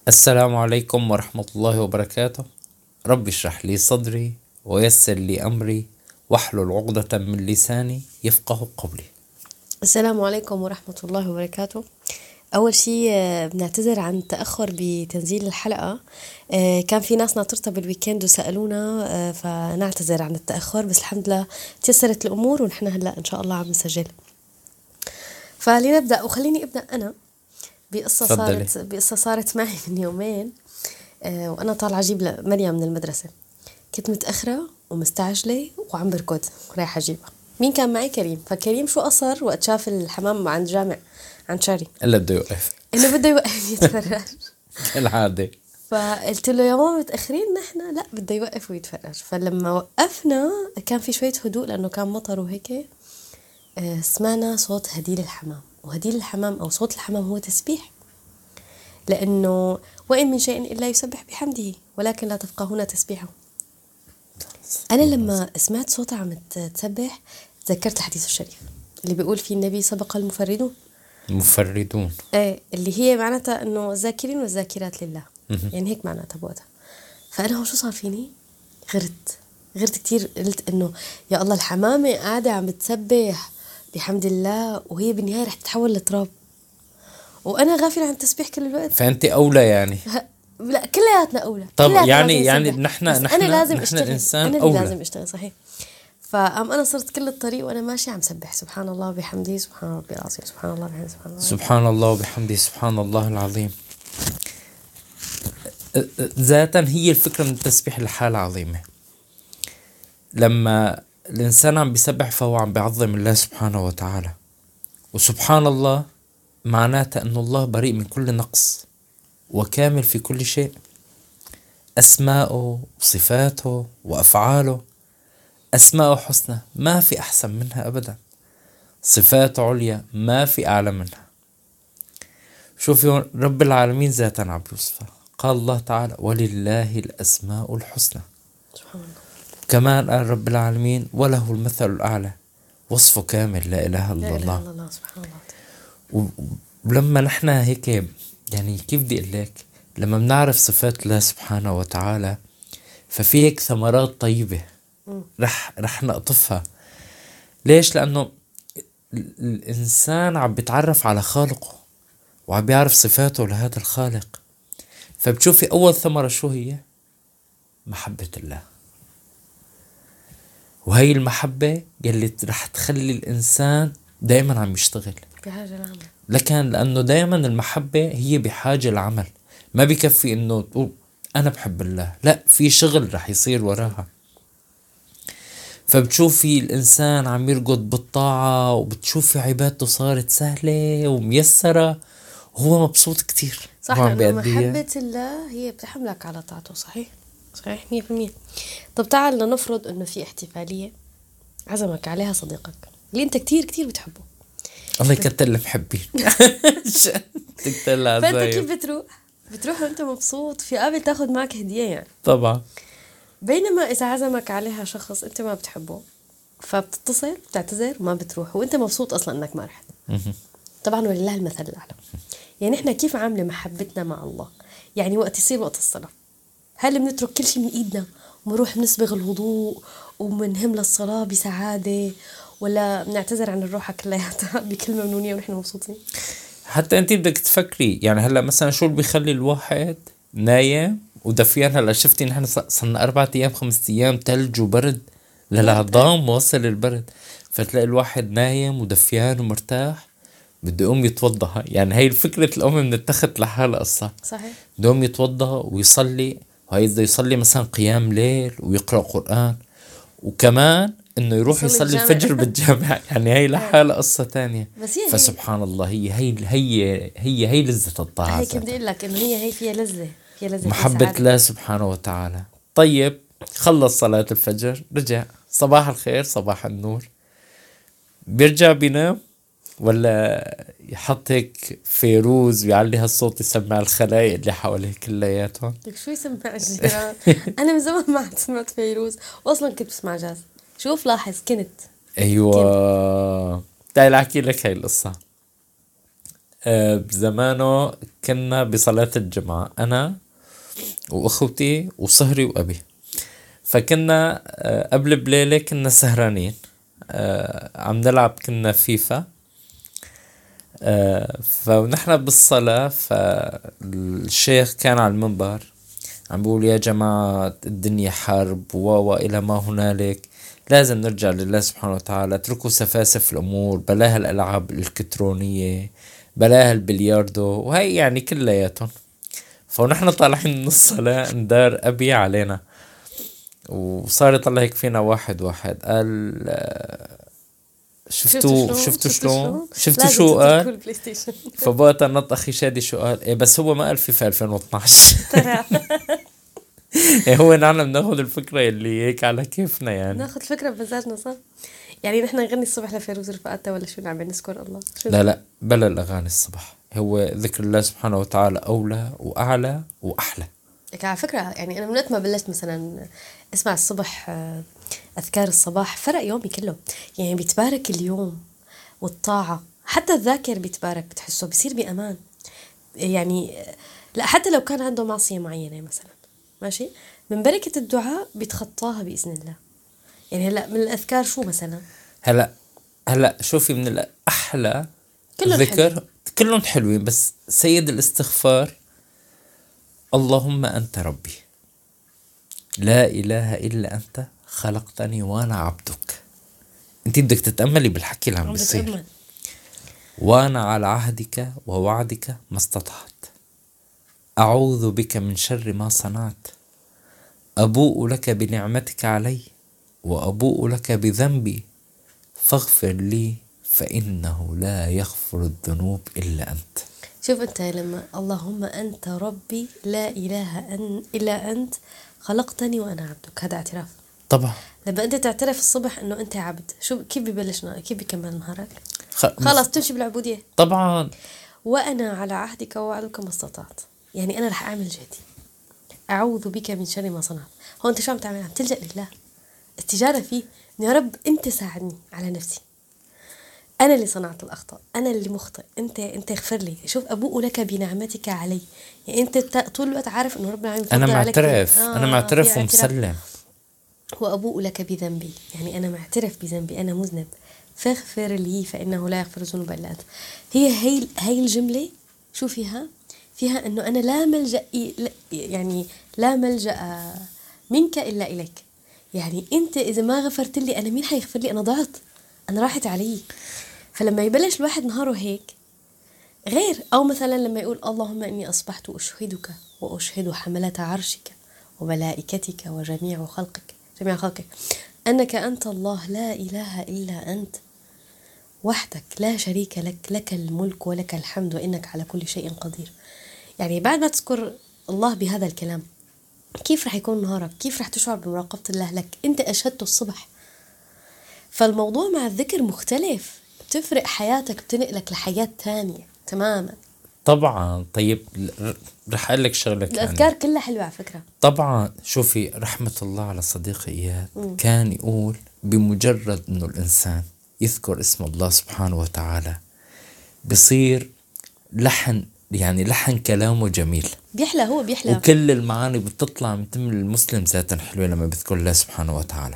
السلام عليكم ورحمة الله وبركاته. رب اشرح لي صدري ويسر لي أمري واحلل عقدة من لساني يفقه قولي. السلام عليكم ورحمة الله وبركاته. أول شيء بنعتذر عن التأخر بتنزيل الحلقة. كان في ناس ناطرتها بالويكند وسألونا، فنعتذر عن التأخر، بس الحمد لله تيسرت الأمور ونحن هلأ إن شاء الله عم نسجل. فلنبدأ، وخليني أبدأ أنا تفضلي. بقصة صارت معي من يومين. وأنا طالعة أجيب مريم من المدرسة، كنت متأخرة ومستعجلة وعم بركض رايحة أجيبها. مين كان معي؟ كريم. فكريم شو قصر وقت شاف الحمام عند جامع عند شاري إلا بده يوقف إنه بده يوقف يتفرج. كالعادة. فقلت له يا ماما متأخرين نحن؟ لا، بده يوقف ويتفرج. فلما وقفنا كان في شوية هدوء لأنه كان مطر وهيك. سمعنا صوت هديل الحمام، وهديل الحمام أو صوت الحمام هو تسبيح، لأنه وإن من شيء إلا يسبح بحمده ولكن لا تفقهون تسبيحه. أنا لما سمعت صوتها عم تسبح تذكرت الحديث الشريف اللي بيقول فيه النبي سبق المفردون. مفردون. اللي هي معناتها إنه الذاكرين والذاكرات لله. يعني هيك معناتها بوقتها. فأنا هو شو صار فيني؟ غرت كتير. قلت إنه يا الله، الحمامة قاعدة عم تسبح بحمد الله وهي بالنهاية رح تتحول لتراب، وأنا غافلة عن التسبيح كل الوقت. فأنت أولى يعني. لا، كلياتنا أولى. طب كلياتنا يعني لازم نسبح. بس أنا لازم نحن أشتغل. الإنسان أنا اللي أولى. لازم أشتغل، صحيح. فأنا صرت كل الطريق وأنا ماشي عم سبح سبحان الله وبحمده سبحان ربي العظيم، سبحان الله وبحمده سبحان الله. سبحان الله وبحمده سبحان الله العظيم. ذاتا هي الفكرة من التسبيح الحالة عظيمة. لما الإنسان عم بيسبح فهو عم بيعظم الله سبحانه وتعالى، وسبحان الله معناتها أن الله بريء من كل نقص وكامل في كل شيء. أسماؤه وصفاته وأفعاله، أسماءه حسنى ما في أحسن منها أبدا، صفات عليا ما في أعلى منها. شوفوا رب العالمين ذاتا عم بيوصفها، قال الله تعالى ولله الأسماء الحسنى. سبحان الله. كمان قال رب العالمين وله المثل الأعلى، وصفه كامل لا إله إلا لا إله الله. إلا الله سبحان الله. ولما نحن هيك يعني كيف بدي أقول لك، لما بنعرف صفات الله سبحانه وتعالى ففي هيك ثمرات طيبة رح نقطفها. ليش؟ لأنه الإنسان عم بيتعرف على خالقه وعم بيعرف صفاته لهذا الخالق. فبتشوفي أول ثمرة شو هي؟ محبة الله. وهي المحبة يلي رح تخلي الإنسان دايما عم يشتغل بحاجة العمل. لكن لأنه دايما المحبة هي بحاجة العمل. ما بكفي إنه تقول أنا بحب الله، لا، في شغل رح يصير وراها. فبتشوفي الإنسان عم يرقد بالطاعة وبتشوفي عبادته صارت سهلة وميسرة وهو مبسوط كتير. صح، هو عم لأنه بيأديها. محبة الله هي بتحملك على طاعته. صحيح صحيح 100%. طب تعال لنفرض إنه في احتفالية عزمك عليها صديقك اللي أنت كتير كتير بتحبه. الله يكتر المحبين. تكتر فأنت العزايم. كيف بتروح وأنت مبسوط، في قابل تاخد معك هدية يعني. طبعا. بينما إذا عزمك عليها شخص أنت ما بتحبه فبتتصل بتعتذر وما بتروح وأنت مبسوط أصلا أنك ما رحت. طبعا ولله المثل الأعلى. يعني إحنا كيف عاملة محبتنا مع الله؟ يعني وقت يصير وقت الصلاة، هل بنترك كل شيء من إيدنا ونروح نسبغ الوضوء ومنهم للصلاة بسعادة، ولا بنعتذر عن الروحة كلياتها بكلمة منونية ونحن مبسوطين؟ حتى انت بدك تفكري يعني هلا مثلا شو اللي بيخلي الواحد نايم ودفيان. هلا شفتي نحن صرنا 4 أيام 5 أيام تلج وبرد للعظام وصل البرد، فتلاقي الواحد نايم ودفيان ومرتاح بده يقوم يتوضا. يعني هي الفكرة الأم من التخت لحالها قصة. صحيح. بده يقوم يتوضا ويصلي، وهي بده يصلي مثلا قيام ليل ويقرأ قرآن، وكمان انه يروح يصلي يصلي بالجامع. الفجر بالجامع. يعني هي لحالها قصة تانية. بس هي فسبحان الله هي لذة الطاعة هي كنت ذاتها. أقول لك إنه هي فيها لذة، فيها لذة، فيها محبة سعادة. الله سبحانه وتعالى. طيب خلص صلاة الفجر رجع صباح الخير صباح النور، بيرجع بينام ولا يحط هيك فيروز ويعلي هالصوت يسمع الخلايق اللي حواليه كلياتهم؟ لك شو يسمع الجيران؟ أنا من زمان ما عاد سمعت فيروز، وأصلا كنت بسمع جاز. شوف لاحظ كنت ايوه. تعال احكي لك هاي القصة. بزمانه كنا بصلاة الجمعة أنا وأخوتي وصهري وأبي. فكنا قبل بليلة كنا سهرانين عم نلعب كنا فيفا. فنحن بالصلاة، فالشيخ كان على المنبر عم بيقول يا جماعة الدنيا حرب إلى ما هنالك، لازم نرجع لله سبحانه وتعالى، اتركوا سفاسف الأمور، بلاها الألعاب الإلكترونية، بلاها البلياردو، وهي يعني كلياتهم. فنحن طالعين من الصلاة اندار أبي علينا وصار يطلع هيك فينا واحد قال شفتوا شلون شو قال. بلاي ستيشن. فبقى نط اخي شادي شو قال إيه، بس هو ما قال في 2012. هو نحن بناخذ الفكرة اللي هيك على كيفنا، يعني ناخذ الفكرة بمزاجنا صح. يعني نحن نغني الصبح لفيروز رفقاتها ولا شو نعمل نذكر الله؟ لا بلا الأغاني الصبح، هو ذكر الله سبحانه وتعالى أولى وأعلى وأحلى. على فكرة يعني أنا من وقت ما بلشت مثلا اسمع الصبح أذكار الصباح فرق يومي كله. يعني بيتبارك اليوم والطاعة، حتى الذاكر بيتبارك، بتحسه بيصير بأمان. يعني لا حتى لو كان عنده معصية معينة مثلا ماشي، من بركة الدعاء بيتخطاها بإذن الله. يعني هلا من الأذكار شو مثلا؟ هلا شوفي من الأحلى ذكر كلهم حلوين، بس سيد الاستغفار اللهم أنت ربي لا إله إلا أنت خلقتني وأنا عبدك. أنت بدك تتأملي بالحكي اللي عم بيصير. وأنا على عهدك ووعدك ما استطعت، أعوذ بك من شر ما صنعت، أبوء لك بنعمتك علي وأبوء لك بذنبي فاغفر لي فإنه لا يغفر الذنوب إلا أنت. شوف أنت لما اللهم أنت ربي لا إله إلا أنت خلقتني وأنا عبدك، هذا اعتراف. طبعا لما أنت تعترف الصبح أنه أنت عبد، شو كيف ببلشنا، كيف بيكمل نهارك؟ خلاص تمشي بالعبودية. طبعا. وأنا على عهدك ووعدك ما استطعت، يعني أنا رح أعمل جهدي، أعوذ بك من شر ما صنعت. هو أنت شو عم تعمل؟ عم تلجأ لله، استجارة فيه، يا رب أنت ساعدني على نفسي، أنا اللي صنعت الأخطاء، أنا اللي مخطئ، أنت اغفر لي. شوف أبوء لك بنعمتك علي، يعني أنت طول الوقت عارف إنه ربنا عم يفضل عليك. أنا معترف ومسلم. وأبوء لك بذنبي، يعني أنا معترف بذنبي، أنا مذنب، فاغفر لي فإنه لا يغفر الذنوب إلا أنت. هي الجملة شو فيها إنه أنا لا ملجأ، يعني لا ملجأ منك إلا إليك. يعني أنت إذا ما غفرت لي أنا مين حيغفر لي؟ أنا ضعت، أنا راحت علي. فلما يبلش الواحد نهاره هيك غير، أو مثلا لما يقول اللهم إني أصبحت أشهدك وأشهد حملة عرشك وملائكتك وجميع خلقك أنك أنت الله لا إله إلا أنت وحدك لا شريك لك، لك الملك ولك الحمد وإنك على كل شيء قدير. يعني بعد ما تذكر الله بهذا الكلام كيف رح يكون نهارك؟ كيف رح تشعر بمراقبة الله لك؟ أنت أشهدته الصبح. فالموضوع مع الذكر مختلف، بتفرق حياتك، بتنقلك لحياة تانية تماما. طبعا. طيب رح أقول لك شغلة، الأذكار كلها حلوة على فكرة. طبعا. شوفي رحمة الله على صديقي إياد، كان يقول بمجرد إنه الإنسان يذكر اسم الله سبحانه وتعالى بصير لحن، يعني لحن كلامه جميل، بيحلى وكل المعاني بتطلع من تم المسلم ذاتا حلوة لما بيذكر الله سبحانه وتعالى.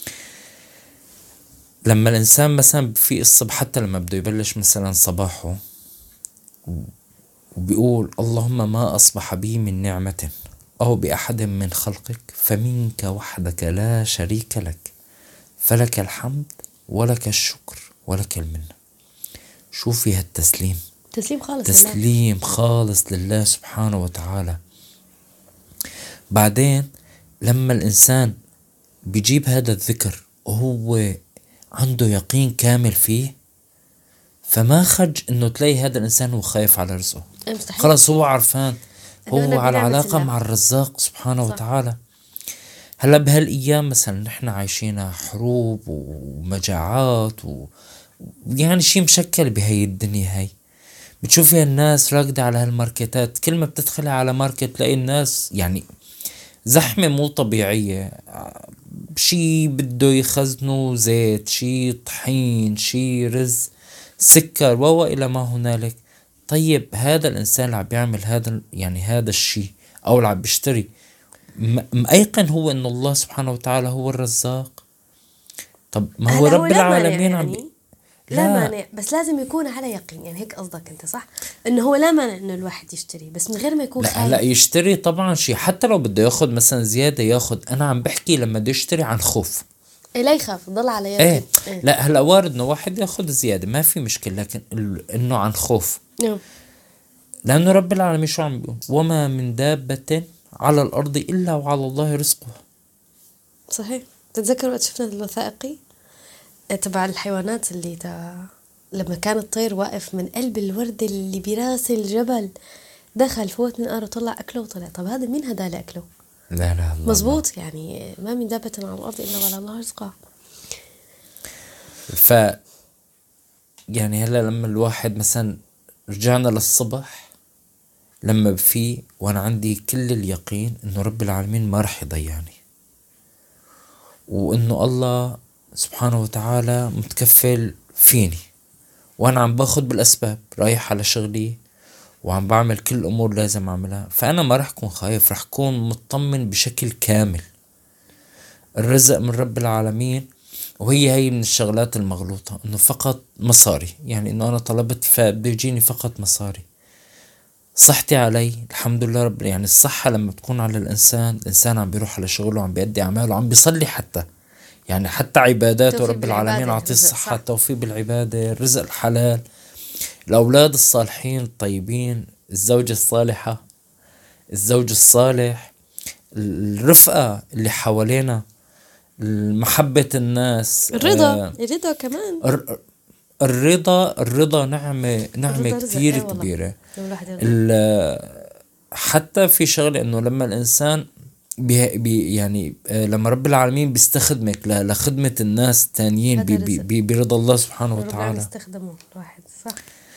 لما الإنسان مثلا في الصبح حتى لما بده يبلش مثلا صباحه وبيقول اللهم ما أصبح بي من نعمة أو بأحد من خلقك فمنك وحدك لا شريك لك فلك الحمد ولك الشكر ولك المنة. شوفي هالتسليم، تسليم خالص لله سبحانه وتعالى. بعدين لما الإنسان بيجيب هذا الذكر وهو عنده يقين كامل فيه، فما خرج انه تلاقي هذا الانسان هو خايف على رزقه، خلاص هو عرفان هو على علاقة مع الرزاق سبحانه وتعالى. هلا بهالايام مثلا نحن عايشين حروب ومجاعات يعني شيء مشكل بهاي الدنيا. هاي بتشوفي الناس راقدة على هالماركتات، كل ما بتدخلي على ماركت تلاقي الناس يعني زحمة مو طبيعية، شي بده يخزنوا زيت، شي طحين، شي رز، سكر إلى ما هنالك. طيب هذا الإنسان اللي عم بيعمل هذا يعني هذا الشيء أو اللي عم بيشتري مأيقن هو إنه الله سبحانه وتعالى هو الرزاق. طب ما هو هلا هو رب لا مانع العالمين يعني، لا لا مانع، بس لازم يكون على يقين، يعني هيك قصدك انت صح؟ انه هو لا مانع انه الواحد يشتري بس من غير ما يكون لا هلا خايف. يشتري طبعا شيء، حتى لو بده ياخد مثلا زيادة ياخد. أنا عم بحكي لما بده يشتري عن خوف. إيه لا يخاف، ضل على ايه يقين. إيه. لا هلا وارد انه واحد ياخد زيادة ما في مشكلة، لكن انه عن خوف. نعم. لأنه رب العالمين شو عم بيقول؟ وما من دابة على الأرض إلا وعلى الله رزقها. صحيح. تتذكر وقت شفنا الوثائقي تبع الحيوانات اللي لما كان الطير واقف من قلب الوردة اللي براس الجبل، دخل فوت من قاره طلع أكله وطلع. طب هذا مين هذا اللي أكله؟ لا لا الله مزبوط. يعني ما من دابة على الأرض إلا وعلى الله رزقها. ف يعني هلا لما الواحد مثلا رجعنا للصبح، لما بفي وانا عندي كل اليقين انه رب العالمين ما رح يضيعني، وانه الله سبحانه وتعالى متكفل فيني، وانا عم باخد بالاسباب، رايح على شغلي وعم بعمل كل الامور لازم اعملها، فانا ما رح كون خايف، رح كون مطمن بشكل كامل. الرزق من رب العالمين. وهي من الشغلات المغلوطة انه فقط مصاري، يعني انه انا طلبت فبده يجيني فقط مصاري. صحتي علي الحمد لله رب، يعني الصحة لما تكون على الانسان عم بيروح على شغله، عم بيأدي اعماله، عم بيصلي حتى، يعني حتى عباداته توفيق رب العالمين بالعبادة، عطيه الرزق، الصحة، صح. التوفيق بالعبادة، الرزق الحلال، الأولاد الصالحين الطيبين، الزوجة الصالحة، الزوج الصالح، الرفقة اللي حوالينا، محبة الناس، الرضا كمان. الرضا نعمة الرضا رزق. كتير ايه والله. كبيرة. لو الواحد يرضى. حتى في شغلة انه لما الانسان يعني لما رب العالمين بيستخدمك لخدمة الناس التانيين هذا رزق. برضا الله سبحانه رب العالمين وتعالى. يستخدمه الواحد، صح.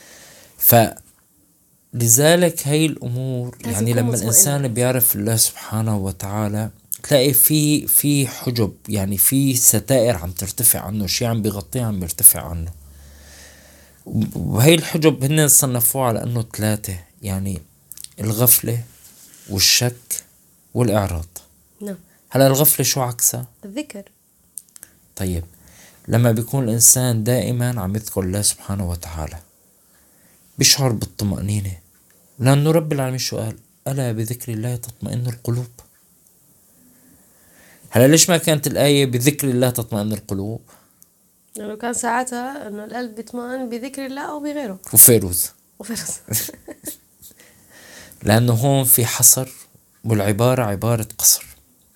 فلذلك هاي الامور لازم يعني يكون لما مطمئن. الانسان بيعرف الله سبحانه وتعالى، تلاقي في حجب، يعني في ستائر عم ترتفع عنه، شيء عم بيغطيه عم بيرتفع عنه. وهي الحجب هن صنفوها على انه 3، يعني الغفلة والشك والإعراض. نعم. هلا الغفلة شو عكسها؟ الذكر. طيب لما بيكون الإنسان دائما عم يذكر الله سبحانه وتعالى بيشعر بالطمأنينة، لأنه رب العالمين شو قال؟ ألا بذكر الله تطمئن القلوب. هلا ليش ما كانت الآية بذكر الله تطمئن القلوب؟ لأنه كان ساعتها إنه القلب بيطمئن بذكر الله أو بغيره. وفيروز وفرز. لأنه هون في حصر، والعبارة عبارة قصر،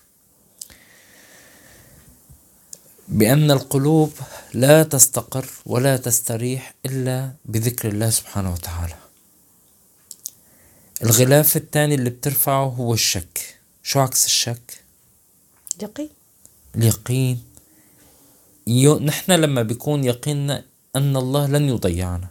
بأن القلوب لا تستقر ولا تستريح إلا بذكر الله سبحانه وتعالى. الغلاف الثاني اللي بترفعه هو الشك. شو عكس الشك؟ يقين. اليقين. نحن لما بيكون يقيننا أن الله لن يضيعنا.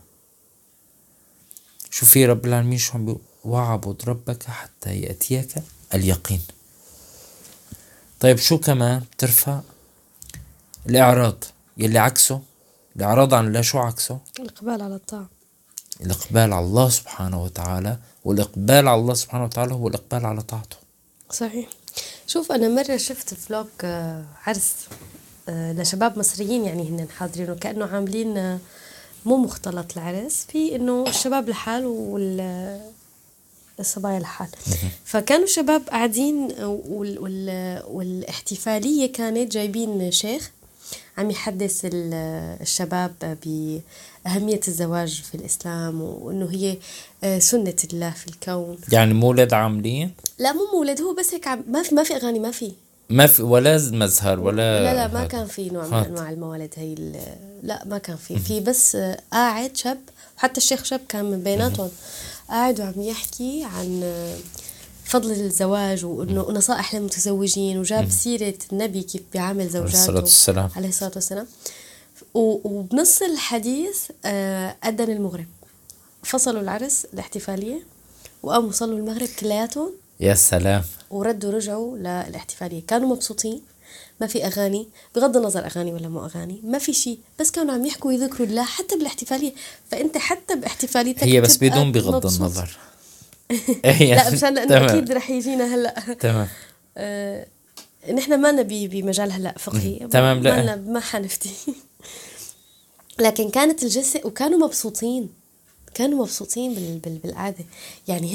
شو في رب العالمين شو عم بيقول؟ واعبد ربك حتى يأتيك اليقين. طيب شو كمان بترفع؟ الإعراض، يلي عكسه الإعراض عن الله. شو عكسه؟ الإقبال على الطاعة. الإقبال على الله سبحانه وتعالى، والإقبال على الله سبحانه وتعالى هو الإقبال على طاعته. صحيح. شوف أنا مرة شفت فلوج عرس لشباب مصريين، يعني هن حاضرين وكأنه عاملين مو مختلط العرس، في إنه الشباب لحال والصبايا لحال. فكانوا شباب قاعدين والاحتفالية كانت جايبين شيخ عم يحدث الشباب بأهمية الزواج في الإسلام، وإنه هي سنة الله في الكون. يعني مولد عاملين؟ لا مو مولد، هو بس هيك ما في أغاني، ما في ولا مزهر ولا لا ما كان في نوع من أنواع الموالد هي لا ما كان في بس قاعد شاب، وحتى الشيخ شاب كان من بيناتهم، قاعد وعم يحكي عن فضل الزواج وإنه نصائح للمتزوجين، وجاب سيرة النبي كيف بيعامل زوجاته عليه الصلاة والسلام. وبنص الحديث أذن المغرب، فصلوا العرس الاحتفالية وقاموا صلوا المغرب كلياتهم. يا سلام. وردوا رجعوا للاحتفالية، كانوا مبسوطين ما في أغاني، بغض النظر أغاني ولا مو أغاني، ما في شيء، بس كانوا عم يحكوا ويذكروا الله حتى بالاحتفالية. فأنت حتى باحتفاليتك هي بس تبقى بدون بغض مبسوط. النظر. هي لا مشان لأنه تمام أكيد رح يجينا هلأ تمام نحن ما نبي بمجال هلأ فقهي، تمام. لا ما حنفتي. لكن كانت الجلسة وكانوا مبسوطين، كانوا مبسوطين بالقعدة. يعني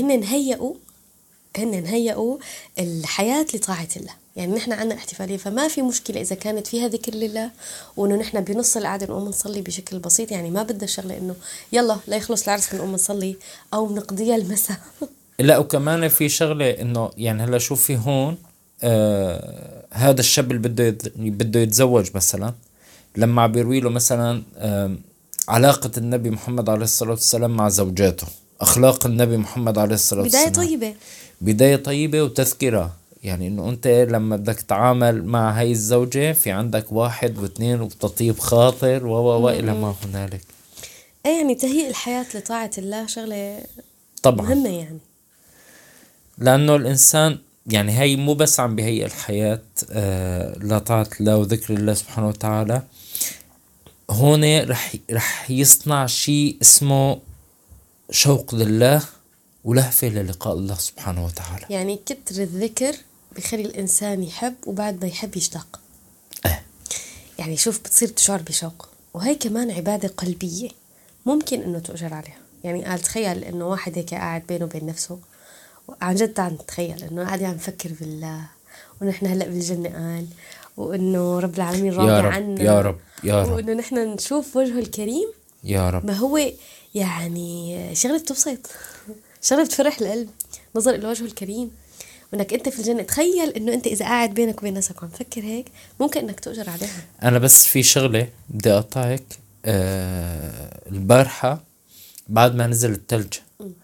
هن هيئوا الحياة لطاعة الله. يعني نحن عنا احتفالية، فما في مشكلة إذا كانت فيها ذكر لله، وإنه نحن بنص القعدة نقوم نصلي بشكل بسيط. يعني ما بدنا الشغلة إنه يلا لا يخلص العرس بنقوم نصلي أو بنقضيها المساء. لا، وكمان في شغلة إنه يعني هلا شوفي هون هذا الشاب اللي بده يتزوج مثلا، لما بيروي له مثلا علاقة النبي محمد عليه الصلاة والسلام مع زوجاته، أخلاق النبي محمد عليه الصلاة بداية والسلام، طيبة. بداية طيبة وتذكرة. يعني إنه أنت لما بدك تتعامل مع هاي الزوجة في عندك 1 و2 وتطيب خاطر وإلى ما هنالك. أي يعني تهيئ الحياة لطاعة الله شغلة طبعا مهمة. يعني لأنه الإنسان يعني هاي مو بس عم بهيئ الحياة لطاعة الله وذكر الله سبحانه وتعالى، هون رح يصنع شيء اسمه شوق لله ولهفة للقاء الله سبحانه وتعالى. يعني كتر الذكر بخلي الإنسان يحب، وبعد ما يحب يشتاق. يعني شوف بتصير تشعر بشوق، وهي كمان عبادة قلبية ممكن إنه تؤجر عليها. يعني قال تخيل إنه واحد هيك قاعد بينه وبين نفسه، عن جد عم تخيل إنه قاعد عم يفكر بالله، ونحن هلأ بالجنة قال، وإنه رب العالمين راضي يا رب عنا، يا رب يا رب وإنه نحن نشوف وجهه الكريم. يا رب. ما هو يعني شغلة بتبسط، شغلة بتفرح القلب، نظر إلى وجهه الكريم، وإنك أنت في الجنة. تخيل إنه أنت إذا قاعد بينك وبين نفسك وعم تفكر هيك، ممكن إنك تؤجر عليها. أنا بس في شغلة بدي أقطعك. البارحة بعد ما نزل الثلج،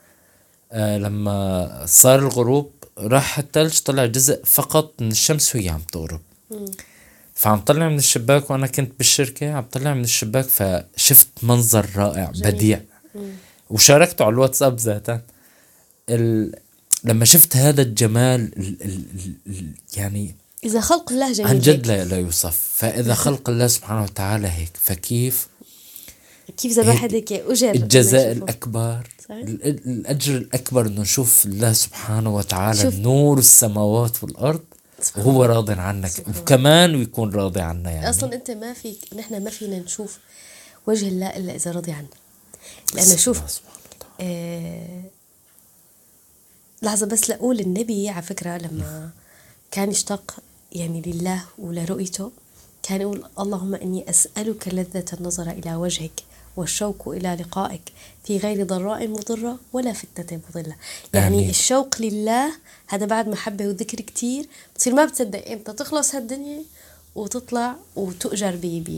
لما صار الغروب راح الثلج طلع جزء فقط من الشمس وهي عم تغرب. فعم طلع من الشباك، وأنا كنت بالشركة عم طلع من الشباك، فشفت منظر رائع جميل. بديع. وشاركته على الواتساب ذاتا. لما شفت هذا الجمال يعني إذا خلق الله جميل عن جد هيك. لا يوصف. فإذا خلق الله سبحانه وتعالى هيك، فكيف كيف إذا واحد هيك أجر الجزاء لما يشوفه. الأكبر، صحيح. الأجر الأكبر إنه نشوف الله سبحانه وتعالى شوف. نور السماوات والأرض وهو راضي عنك، وكمان ويكون راضي عنا. يعني أصلا أنت ما فيك، نحن ما فينا نشوف وجه الله إلا إذا رضي عنا. لأنه شوف لحظة بس لأقول النبي على فكرة لما كان يشتاق يعني لله ولرؤيته، كان يقول اللهم إني أسألك لذة النظر إلى وجهك والشوق إلى لقائك في غير ضراء مضرة ولا فتنة مضلة. يعني آمين. الشوق لله هذا بعد محبة وذكر كتير، بتصير ما بتصدق إمتى تخلص هالدنيا وتطلع وتؤجر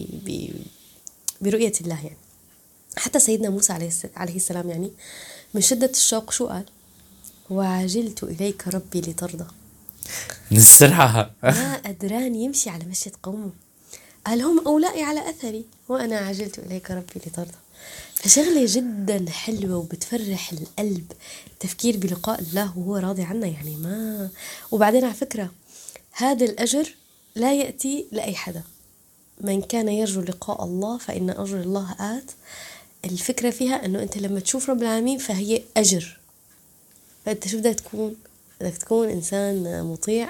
برؤية الله. يعني حتى سيدنا موسى عليه السلام يعني من شدة الشوق شو قال؟ وعجلت إليك ربي لترضى. من السرعة ما أدران يمشي على مشية قومه، قال هم أولئي على أثري وأنا عجلت إليك ربي لترضى. فشغلة جدا حلوة وبتفرح القلب، التفكير بلقاء الله وهو راضي عنا. يعني ما وبعدين على فكرة هذا الأجر لا يأتي لأي حدا. من كان يرجو لقاء الله فإن أجر الله آت. الفكرة فيها أنه أنت لما تشوف رب العالمين فهي أجر. فأنت شو بدك تكون؟ بدك تكون إنسان مطيع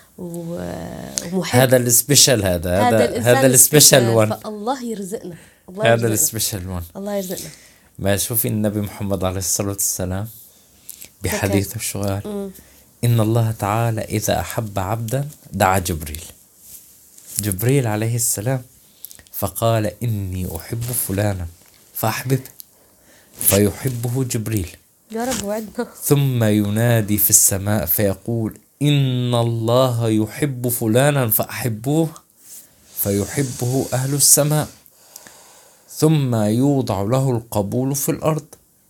ومحب. هذا السبيشال، هذا السبيشال السبيشال وان. فالله يرزقنا، هذا السبيشال وان. الله يرزقنا. ما شوفي النبي محمد عليه الصلاة والسلام بحديثه شو قال؟ إن الله تعالى إذا أحب عبدا دعا جبريل عليه السلام فقال إني أحب فلانا فأحببه فيحبه جبريل. يا رب وعدنا. ثم ينادي في السماء فيقول إن الله يحب فلانا فأحبوه فيحبه أهل السماء. ثم يوضع له القبول في الأرض.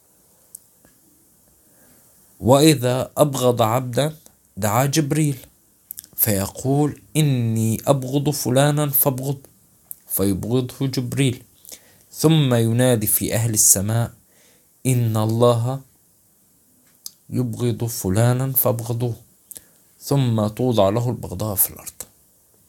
وإذا أبغض عبدا دعا جبريل فيقول إني أبغض فلانا فابغض فيبغضه جبريل. ثم ينادي في أهل السماء إن الله يبغض فلانا فابغضوه ثم توضع له البغضاء في الأرض.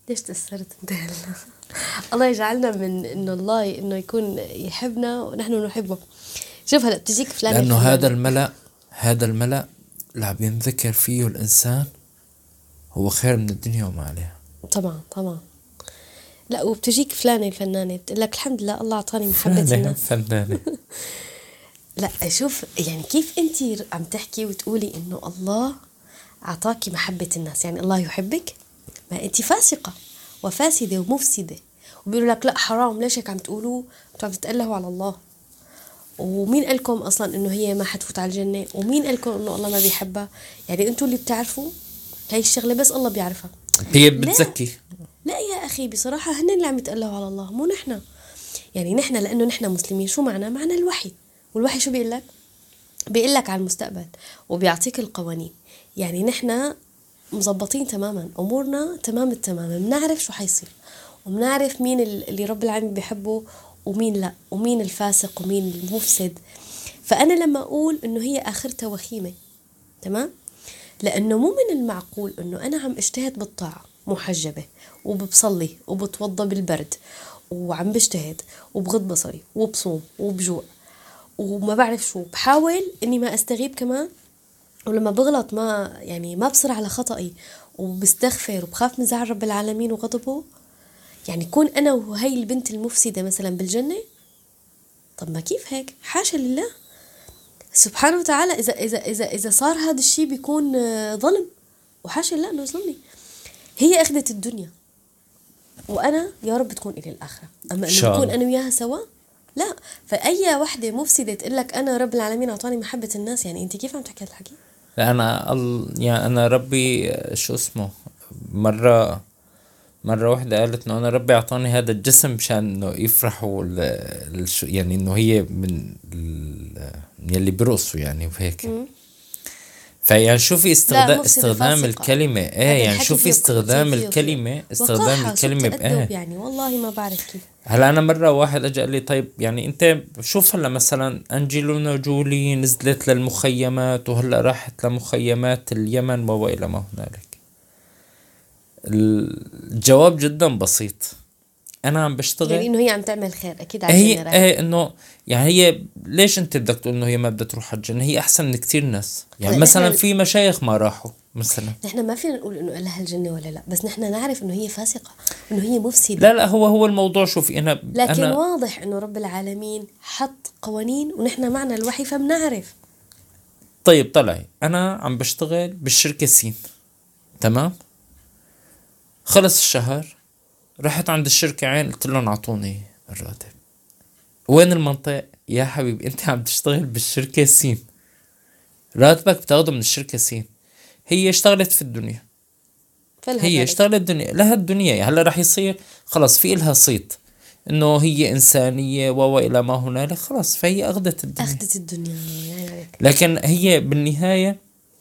ليش تأثرت انت هلا؟ الله يجعلنا من انه الله انه يكون يحبنا ونحن نحبه. شوف هلا بتجيك فلان لأنه الفلاني. هذا الملأ اللي عم ينذكر فيه الإنسان هو خير من الدنيا وما عليها. طبعا طبعا. لا وبتجيك فلانة الفنانة بتقول لك الحمد لله الله أعطاني محبة فنانة الناس. فنانة. لا شوف يعني كيف أنت عم تحكي وتقولي إنه الله أعطاكي محبة الناس، يعني الله يحبك؟ ما أنت فاسقة وفاسدة ومفسدة، وبيقولوا لك لا حرام ليش هيك عم تقولوا؟ أنتوا عم تتألهوا على الله. ومين قالكم أصلا إنه هي ما حتفوت على الجنة؟ ومين قالكم إنه الله ما بيحبها؟ يعني أنتوا اللي بتعرفوا هاي الشغلة بس الله بيعرفها. هي بتزكي. لا يا أخي بصراحة هن اللي عم يتألهوا على الله مو نحن. يعني نحن لأنه نحن مسلمين شو معنا؟ معنا الوحي، والوحي شو بيقول لك؟ بيقول لك على المستقبل وبيعطيك القوانين. يعني نحن مزبطين تماما أمورنا تمام التمام، بنعرف شو حيصير وبنعرف مين اللي رب العالمين بيحبه ومين لا، ومين الفاسق ومين المفسد. فأنا لما أقول إنه هي آخرتها وخيمة تمام، لأنه مو من المعقول إنه أنا عم اجتهد بالطاعة محجبة وبصلي وبتوضى بالبرد وعم بجتهد وبغض بصري وبصوم وبجوع وما بعرف شو، بحاول إني ما أستغيب كمان، ولما بغلط ما يعني ما بصر على خطأي وبستغفر وبخاف من زعل رب العالمين وغضبه. يعني كون أنا وهي البنت المفسدة مثلا بالجنة؟ طب ما كيف هيك؟ حاشا لله سبحانه وتعالى. إذا صار هذا الشيء بيكون ظلم، وحاشا لله إنه يظلمني. هي أخذت الدنيا وأنا يا رب تكون إلي الآخرة، أما إنه نكون أنا وياها سوا لا. فأي وحدة مفسدة تقول لك أنا رب العالمين أعطاني محبة الناس، يعني أنت كيف عم تحكي هذا الحكي؟ يعني أنا ربي شو اسمه مرة واحدة قالت إنه أنا ربي أعطاني هذا الجسم مشان إنه يفرحوا يعني إنه هي من يلي برقصوا يعني وهيك. فيعني شوفي استخدام الكلمة يعني شوفي استخدام الكلمة يعني والله ما بعرف كيف. هلا أنا مرة واحد أجى قال لي طيب يعني أنت شوف هلا مثلا أنجلينا جولي نزلت للمخيمات وهلا راحت لمخيمات اليمن وإلى ما هنالك. الجواب جدا بسيط، أنا عم بشتغل يعني إنه هي عم تعمل خير أكيد على الجنة. إنه يعني هي ليش أنت بدك تقول إنه هي ما بدها تروح على الجنة؟ هي أحسن من كتير ناس. يعني مثلا في مشايخ ما راحوا مثلا. نحن ما فينا نقول إنه لها الجنة ولا لا، بس نحن نعرف إنه هي فاسقة إنه هي مفسدة. لا هو الموضوع شوفي لكن واضح إنه رب العالمين حط قوانين ونحن معنا الوحي فبنعرف. طيب طلعي أنا عم بشتغل بالشركة سين تمام، خلص الشهر رحت عند الشركة عين قلت لهم اعطوني الراتب. وين المنطق يا حبيبي؟ انت عم تشتغل بالشركة سين، راتبك بتاخده من الشركة سين. هي اشتغلت في الدنيا، هي اشتغلت الدنيا لها الدنيا. هلا رح يصير خلص في إلها صيت انه هي انسانية والى ما هنالك، خلص فهي اخذت الدنيا يعني. لكن هي بالنهاية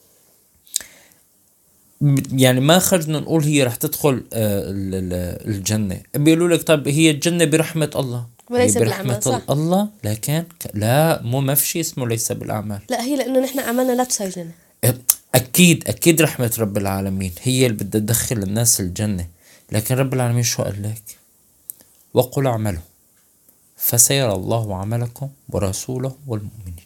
يعني ما خرجنا نقول هي رح تدخل الجنة. بيقولوا لك طب هي الجنة برحمة الله، وليس بالأعمال الله، لكن لا مو ما في شيء اسمه ليس بالأعمال. لا هي لأنه نحن عملنا لا تصير جنة. أكيد رحمة رب العالمين هي اللي بدها تدخل الناس الجنة، لكن رب العالمين شو قال لك؟ وقل اعملوا فسيرى الله عملكم ورسوله والمؤمنين.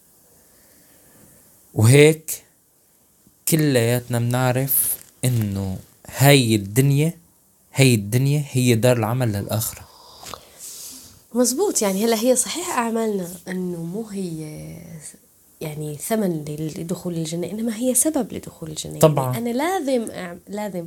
وهيك كلياتنا بنعرف انه هاي الدنيا هي دار العمل للآخرة. مزبوط. يعني هلا هي صحيح أعمالنا انه مو هي يعني ثمن لدخول الجنة، انما هي سبب لدخول الجنة. طبعا يعني انا لازم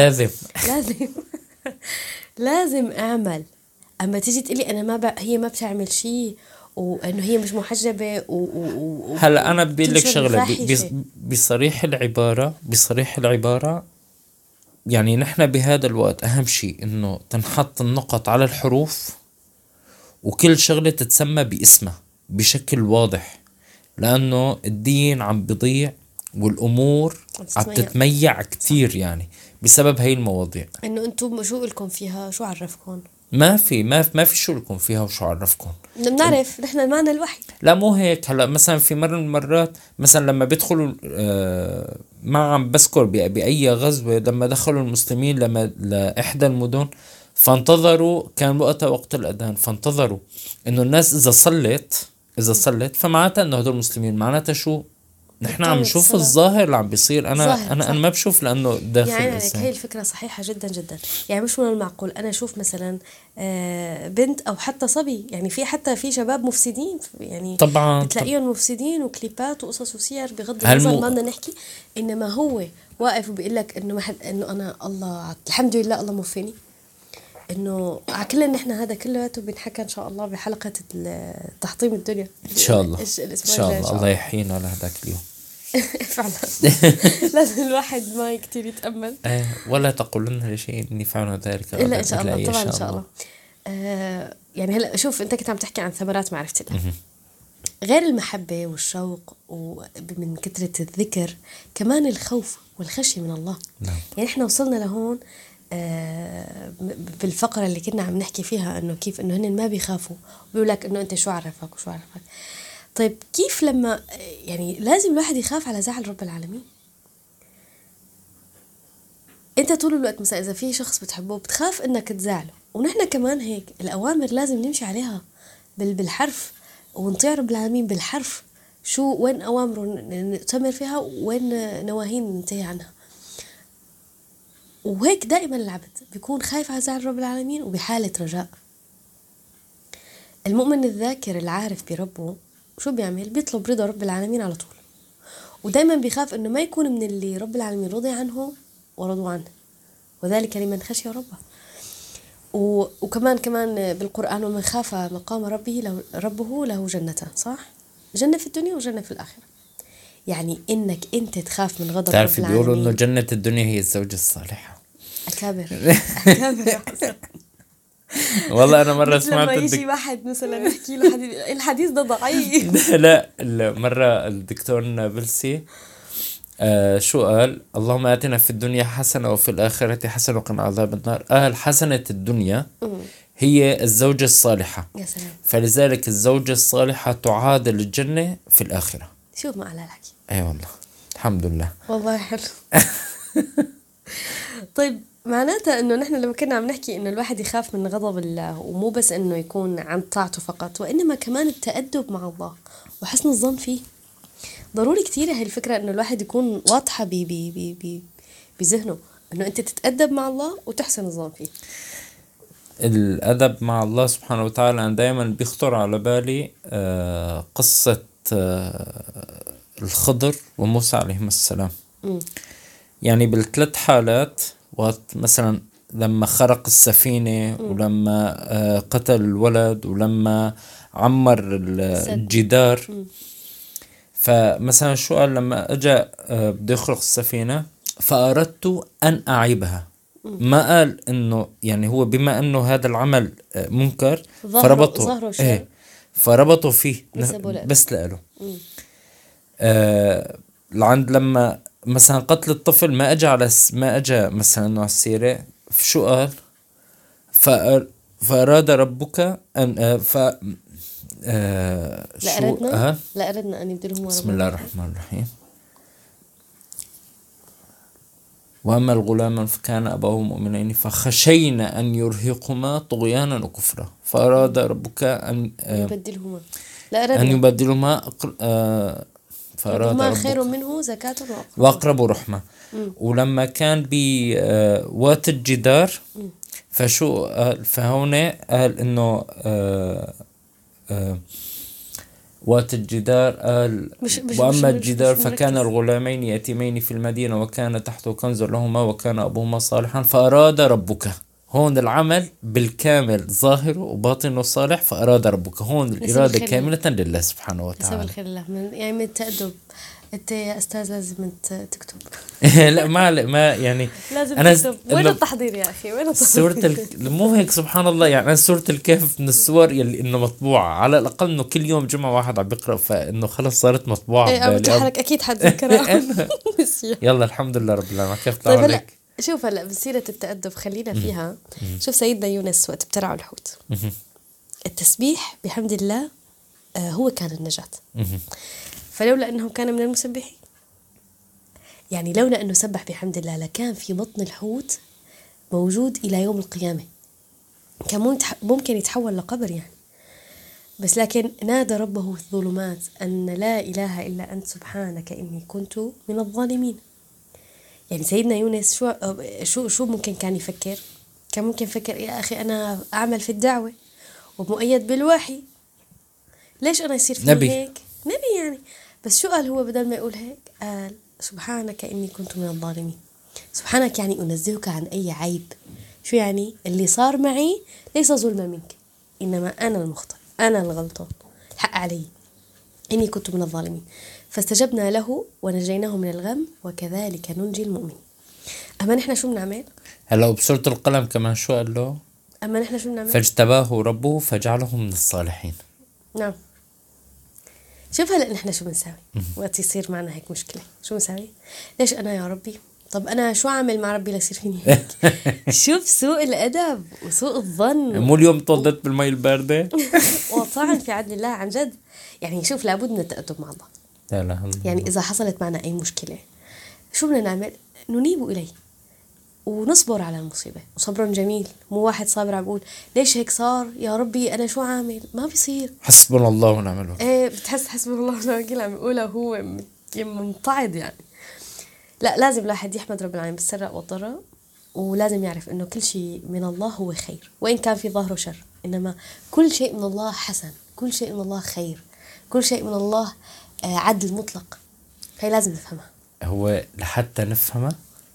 لازم اعمل. اما تيجي تقولي انا هي ما بتعمل شيء وانه هي مش محجبة هلا انا بدي لك شغلة بصريح العبارة يعني نحن بهذا الوقت اهم شيء انه تنحط النقط على الحروف وكل شغلة تتسمى باسمها بشكل واضح، لانه الدين عم بضيع والامور عم تتميع كتير يعني بسبب هاي المواضيع. انه انتم شو لكم فيها؟ شو عرفكم؟ ما في شو لكم فيها وشو عرفكم. بنعرف نحن معنا الوحي. لا مو هيك. هلا مثلا في مرة من المرات مثلا لما بيدخلوا ما عم بذكر بأي غزوة، لما دخلوا المسلمين لإحدى المدن، فانتظروا، كان وقت الأذان، فانتظروا إنه الناس إذا صلت فمعناتها إنه هدول المسلمين، معناتها شو نحن عم نشوف الظاهر اللي عم بيصير. أنا ما بشوف لأنه داخل يعني الإنسان. هي الفكرة صحيحة جدا جدا. يعني مش من المعقول أنا أشوف مثلا بنت أو حتى صبي، يعني حتى في شباب مفسدين، يعني طبعا بتلاقيهم مفسدين وكليبات وقصص وسير، بغض النظر ما بدنا نحكي، إنما هو واقف وبيقول لك إنه ما حد، إنه أنا الله الحمد لله الله موفيني، إنه على كل نحن هذا كلياته بنحكى إن شاء الله بحلقة تحطيم الدنيا إن شاء الله. إن شاء الله يحيينا لهذاك اليوم. فعلا لازم الواحد ما كتير يتأمل. ولا تقولن لشيء إني فعل ذلك إلا إن شاء الله. طبعا إن شاء الله. يعني هلا شوف أنت كنت عم تحكي عن ثمرات معرفة الله. غير المحبة والشوق ومن كثرة الذكر، كمان الخوف والخشية من الله. نعم. يعني إحنا وصلنا لهون بالفقرة اللي كنا عم نحكي فيها إنه كيف إنه هن ما بيخافوا، وبيقول لك إنه أنت شو عرفك وشو عرفك. طيب كيف لما يعني لازم الواحد يخاف على زعل رب العالمين؟ انت طول الوقت مثلا اذا في شخص بتحبه بتخاف انك تزعله، ونحن كمان هيك الاوامر لازم نمشي عليها بالحرف ونطيع رب العالمين بالحرف. شو وين اوامره نتمر فيها وين نواهيه ننتهي عنها. وهيك دائما العبد بيكون خايف على زعل رب العالمين وبحالة رجاء. المؤمن الذاكر العارف بربه شو بيعمل؟ بيطلب رضا رب العالمين على طول، ودايما بيخاف انه ما يكون من اللي رب العالمين رضي عنه ورضوا عنه، وذلك لمن خشي ربه. وكمان بالقرآن ومن خاف مقام ربه له جنتان، صح؟ جنة في الدنيا وجنة في الآخرة. يعني إنك أنت تخاف من غضب رب العالمين. تعرف بيقولوا إنه جنة الدنيا هي الزوجة الصالحة. أكابر يا حسن. والله أنا مرة سمعت لما يجي واحد مثلا يحكي له الحديث ده ضعيف. لا مرة الدكتور نابلسي شو قال؟ اللهم آتنا في الدنيا حسنة وفي الآخرة حسنة وقنا عذاب النار. قال حسنة الدنيا هي الزوجة الصالحة. يا سلام. فلذلك الزوجة الصالحة تعادل الجنة في الآخرة. شوف ما على الحكي. أي والله الحمد لله. والله حلو. طيب معناتها انه نحن لما كنا عم نحكي انه الواحد يخاف من غضب الله، ومو بس انه يكون عن طاعته فقط، وانما كمان التأدب مع الله وحسن الظن فيه. ضروري كتير هاي الفكرة انه الواحد يكون واضحة بذهنه انه انت تتأدب مع الله وتحسن الظن فيه. الأدب مع الله سبحانه وتعالى أنا دايما بيخطر على بالي قصة الخضر وموسى عليهم السلام. يعني بالثلاث حالات، وقت مثلا لما خرق السفينة ولما قتل الولد ولما عمر الجدار. فمثلا شو قال لما اجى بده يخرق السفينة؟ فأردت أن أعيبها. ما قال إنه يعني هو بما إنه هذا العمل منكر فربطه فربطوا فيه بس لقاله. لعند لما مثلا قتل الطفل ما اجى مثلا انه على السيرة. شو قال؟ فأراد ربك ان لا أردنا أن يبدلهم. بسم الله الرحمن الرحيم. وأما الغلام فكان أبوه مؤمنين فخشينا أن يرهقهما طغيانا وكفرا فأراد ربك أن يبدلهما فأراد خير منه زكاة وأقرب رحمة. ولما كان بوات الجدار فشو قال؟ فهنا قال إنه وات الجدار قال وأما الجدار فكان الغلامين يتيمين في المدينة وكان تحته كنز لهما وكان أبوهما صالحا فأراد ربك. هون العمل بالكامل ظاهره وباطنه صالح. فأراد ربك هون الإرادة كاملة لله سبحانه وتعالى. يسوي الخير الله. يعني من التأدب انت يا استاذ لازم تكتب. لا ما يعني لازم تكتب. وين التحضير يا اخي؟ وين التحضير؟ مو هيك سبحان الله. يعني سورة الكهف من السور يلي انه مطبوعة على الاقل انه كل يوم جمعة واحد عم بيقرأ فانه خلص صارت مطبوعة. ايه بتحرك اكيد حد ذكرها. يلا الحمد لله رب العالمين. كيف طيب شوف هلا بسيرة التأدب خلينا فيها. شوف سيدنا يونس وقت ابتلعوا الحوت، التسبيح بحمد الله هو كان النجاة. فلولا أنه كان من المسبحين، يعني لولا أنه سبح بحمد الله لكان في بطن الحوت موجود إلى يوم القيامة، كان ممكن يتحول لقبر يعني. بس لكن نادى ربه في الظلمات أن لا إله إلا أنت سبحانك إني كنت من الظالمين. يعني سيدنا يونس شو ممكن كان يفكر؟ كان ممكن يفكر يا أخي أنا أعمل في الدعوة ومؤيد بالوحي، ليش أنا يصير فيني نبي. هيك؟ نبي يعني. بس شو قال هو بدل ما يقول هيك؟ قال سبحانك إني كنت من الظالمين. سبحانك يعني أنزهك عن أي عيب. شو يعني؟ اللي صار معي ليس ظلما منك، إنما أنا المخطئ، أنا الغلطان، الحق علي، إني كنت من الظالمين. فاستجبنا له ونجيناه من الغم وكذلك ننجي المؤمنين. أما نحن شو بنعمل؟ هلا بسورة القلم كمان شو قال له؟ أما نحن شو بنعمل؟ فاجتباه ربه فجعله من الصالحين. نعم. شوف هلا نحن شو بنساوي وقت يصير معنا هيك مشكلة؟ شو بنساوي؟ ليش أنا يا ربي؟ طب أنا شو عامل مع ربي ليصير فيني هيك؟ شوف سوء الأدب وسوء الظن. مو اليوم توضت بالمي الباردة. وطعن في عدل الله عن جد. يعني شوف لابد من التأدب مع الله. لا لا الله. يعني إذا حصلت معنا أي مشكلة شو بدنا نعمل؟ ننيب إليه ونصبر على المصيبة، وصبر جميل. مو واحد صابر عم بقول ليش هيك صار يا ربي أنا شو عامل، ما بيصير. حسبنا الله ونعم الوكيل. إيه بتحس حسبنا الله ونعم الوكيل عم يقولها هو منطعد يعني. لا، لازم الواحد يحمد رب العالمين بالسراء والضراء، ولازم يعرف إنه كل شيء من الله هو خير، وإن كان في ظاهره شر، إنما كل شيء من الله حسن، كل شيء من الله خير، كل شيء من الله عدل مطلق. هي لازم نفهمها. هو لحتى نفهمها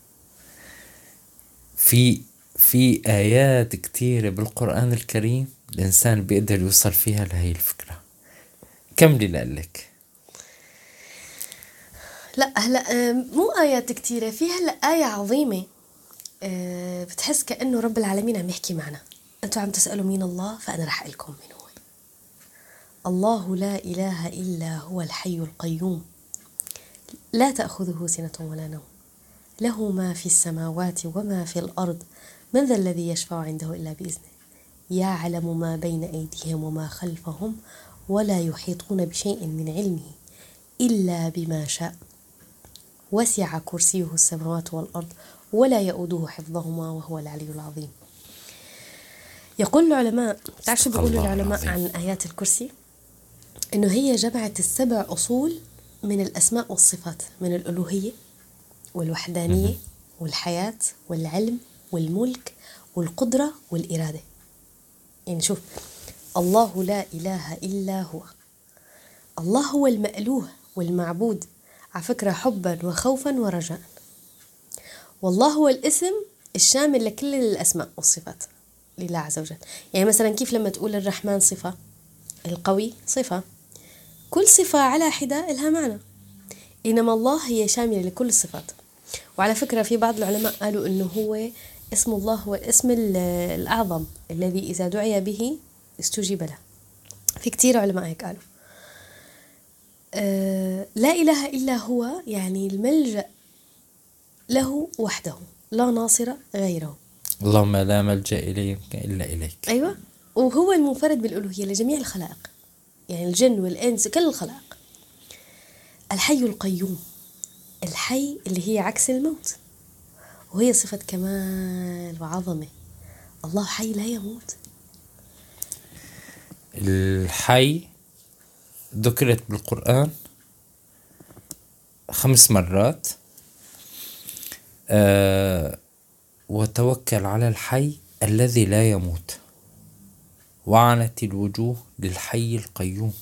في آيات كتيرة بالقرآن الكريم الإنسان بيقدر يوصل فيها لهي الفكرة. كملي لقلك. لا هلا مو آيات كتيرة، في هلا آية عظيمة بتحس كأنه رب العالمين عم يحكي معنا. أنتوا عم تسألوا مين الله، فأنا رح أقلكم مين هو. الله لا إله إلا هو الحي القيوم لا تأخذه سنة ولا نوم له ما في السماوات وما في الأرض من ذا الذي يشفع عنده إلا بإذنه يعلم ما بين أيديهم وما خلفهم ولا يحيطون بشيء من علمه إلا بما شاء وسع كرسيه السماوات والأرض ولا يؤوده حفظهما وهو العلي العظيم. يقول العلماء، تعرف شو بيقولوا العلماء عن آيات الكرسي؟ إنه هي جمعت 7 أصول من الأسماء والصفات، من الألوهية والوحدانية والحياة والعلم والملك والقدرة والإرادة. يعني شوف، الله لا إله إلا هو، الله هو المألوه والمعبود على فكرة حبا وخوفا ورجاء، والله هو الاسم الشامل لكل الأسماء والصفات لله عز وجل. يعني مثلا كيف لما تقول الرحمن صفة، القوي صفة، كل صفة على حدة لها معنى، إنما الله هي شاملة لكل الصفات. وعلى فكرة في بعض العلماء قالوا إنه هو اسم الله هو الاسم الأعظم الذي إذا دعي به استجيب له. في كتير علماء هيك قالوا. لا إله إلا هو يعني الملجأ له وحده لا ناصر غيره. اللهم لا ملجأ إليك إلا إليك. أيوة، وهو المنفرد بالألوهية لجميع الخلائق، يعني الجن والإنس كل الخلائق. الحي القيوم، الحي اللي هي عكس الموت، وهي صفة كمال وعظمة. الله حي لا يموت. الحي ذكرت بالقرآن 5 مرات. وتوكل على الحي الذي لا يموت وعنت الوجوه للحي القيوم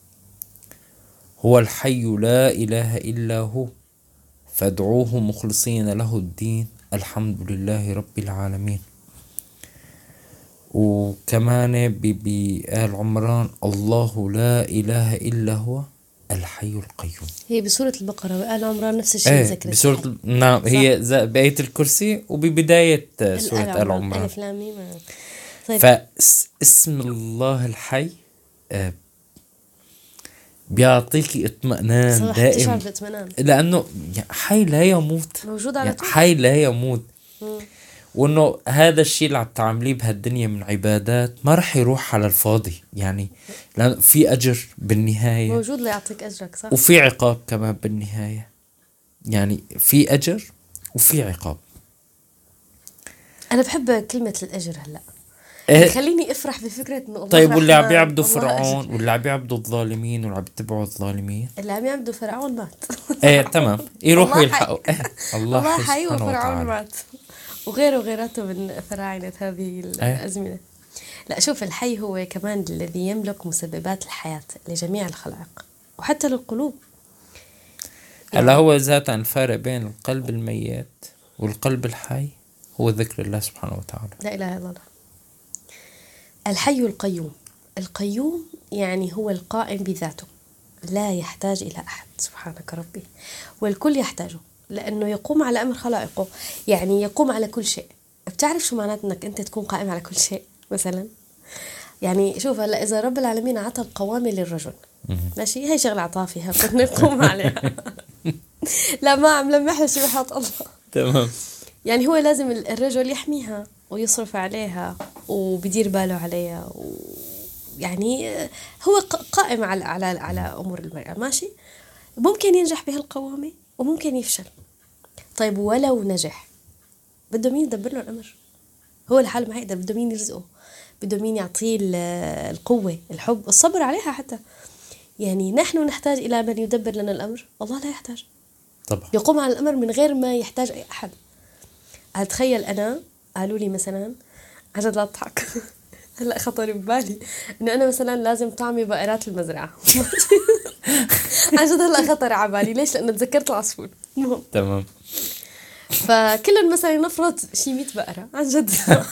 هو الحي لا إله إلا هو فادعوه مخلصين له الدين الحمد لله رب العالمين. وكمان بآل عمران الله لا إله إلا هو الحي القيوم. هي بسورة البقرة وآل عمران نفس الشيء ذكرت. بسورة نعم صح؟ هي بآية الكرسي وببداية سورة آل عمران. ألف لام ميم. طيب. فاسم الله الحي بيعطيك اطمئنان دائم، باطمئنان لأنه حي لا يموت، موجود على طول. حي لا يموت. وانه هذا الشيء اللي عم تعمليه بهالدنيا من عبادات ما رح يروح على الفاضي، يعني لأن في اجر بالنهاية موجود ليعطيك اجرك، صح. وفي عقاب كمان بالنهاية، يعني في اجر وفي عقاب. انا بحب كلمه الاجر هلا، إيه. خليني افرح بفكره انه الله طيب واللي عم رحمن، بيعبدوا الله فرعون أجر. واللي عم بيعبدوا الظالمين واللي عم بيتبعوا الظالمين، اللي عم يعبدوا فرعون مات. ايه تمام، يروحوا الله حي. يلحقوا. إيه. الله الله حي حي سبحانه وفرعون وتعالى. مات، وغيره وغيراته من فراعنة هذه إيه. الأزمنة. لا شوف، الحي هو كمان الذي يملك مسببات الحياة لجميع الخلائق وحتى للقلوب. هلا هو ذاتا الفارق بين القلب الميت والقلب الحي هو ذكر الله سبحانه وتعالى. لا إله إلا الله. الحي القيوم، القيوم يعني هو القائم بذاته، لا يحتاج إلى أحد، سبحانك ربي، والكل يحتاجه لأنه يقوم على أمر خلائقه، يعني يقوم على كل شيء. بتعرف شو معنات أنك أنت تكون قائم على كل شيء؟ مثلا يعني شوف هلا إذا رب العالمين عطى القوامة للرجل، ماشي، هي شغلة عطافي كنا نقوم عليها. لا ما عم لمحها شي وحاط الله. تمام. يعني هو لازم الرجل يحميها ويصرف عليها وبيدير باله عليها، يعني هو قائم على أمور المرأة، ماشي. ممكن ينجح بهالقوامة وممكن يفشل. طيب ولو نجح بده مين يدبر له الأمر؟ هو لحاله ما يقدر، بده مين يرزقه، بده مين يعطيه القوة، الحب، الصبر عليها حتى. يعني نحن نحتاج إلى من يدبر لنا الأمر، الله لا يحتاج، طبعا يقوم على الأمر من غير ما يحتاج أي أحد. أتخيل أنا قالوا لي مثلا، عجد لا أضحك. هلا خطر ببالي إنه أنا مثلا لازم طعمي بقرات المزرعة. عجد هلا خطر على بالي، ليش؟ لأنه تذكرت العصفور. المهم تمام. فكلهم مثلا نفرض شي 100 بقرة، عن جد.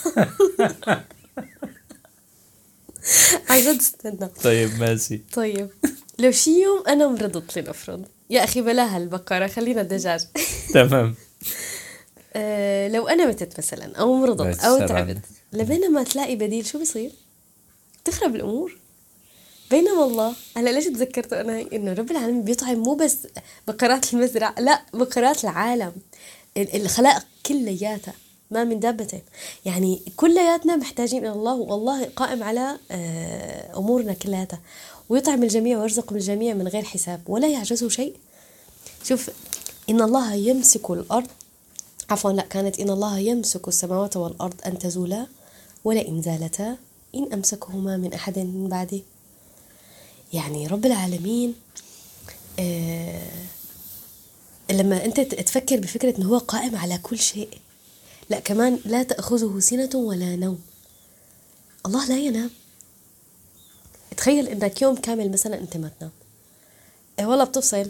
عن جد استنى. طيب ماشي. طيب لو شي يوم أنا مرضت لنفرض، يا أخي بلاها البقرة، خلينا الدجاج. تمام. لو أنا متت مثلا أو مرضت بعد أو الشر تعبت، عنك. لبينما تلاقي بديل، شو بيصير؟ تخرب الأمور. بينما الله، هلا ليش تذكرت أنا هي؟ إنه رب العالمين بيطعم مو بس بقرات المزرعة، لا، بقرات العالم، الخلائق كلياتها، ما من دابة. يعني كلياتنا محتاجين إلى الله، والله قائم على أمورنا كلياتها، ويطعم الجميع ويرزق الجميع من غير حساب ولا يعجزه شيء. شوف، إن الله يمسك الأرض، عفوا لا، كانت إن الله يمسك السماوات والأرض أن تزولا ولئن زالتا إن أمسكهما من أحد من بعده. يعني رب العالمين لما أنت تفكر بفكرة أنه هو قائم على كل شيء، لا كمان لا تأخذه سنة ولا نوم، الله لا ينام. تخيل أنك يوم كامل مثلا أنت ما تنام، والله بتفصل.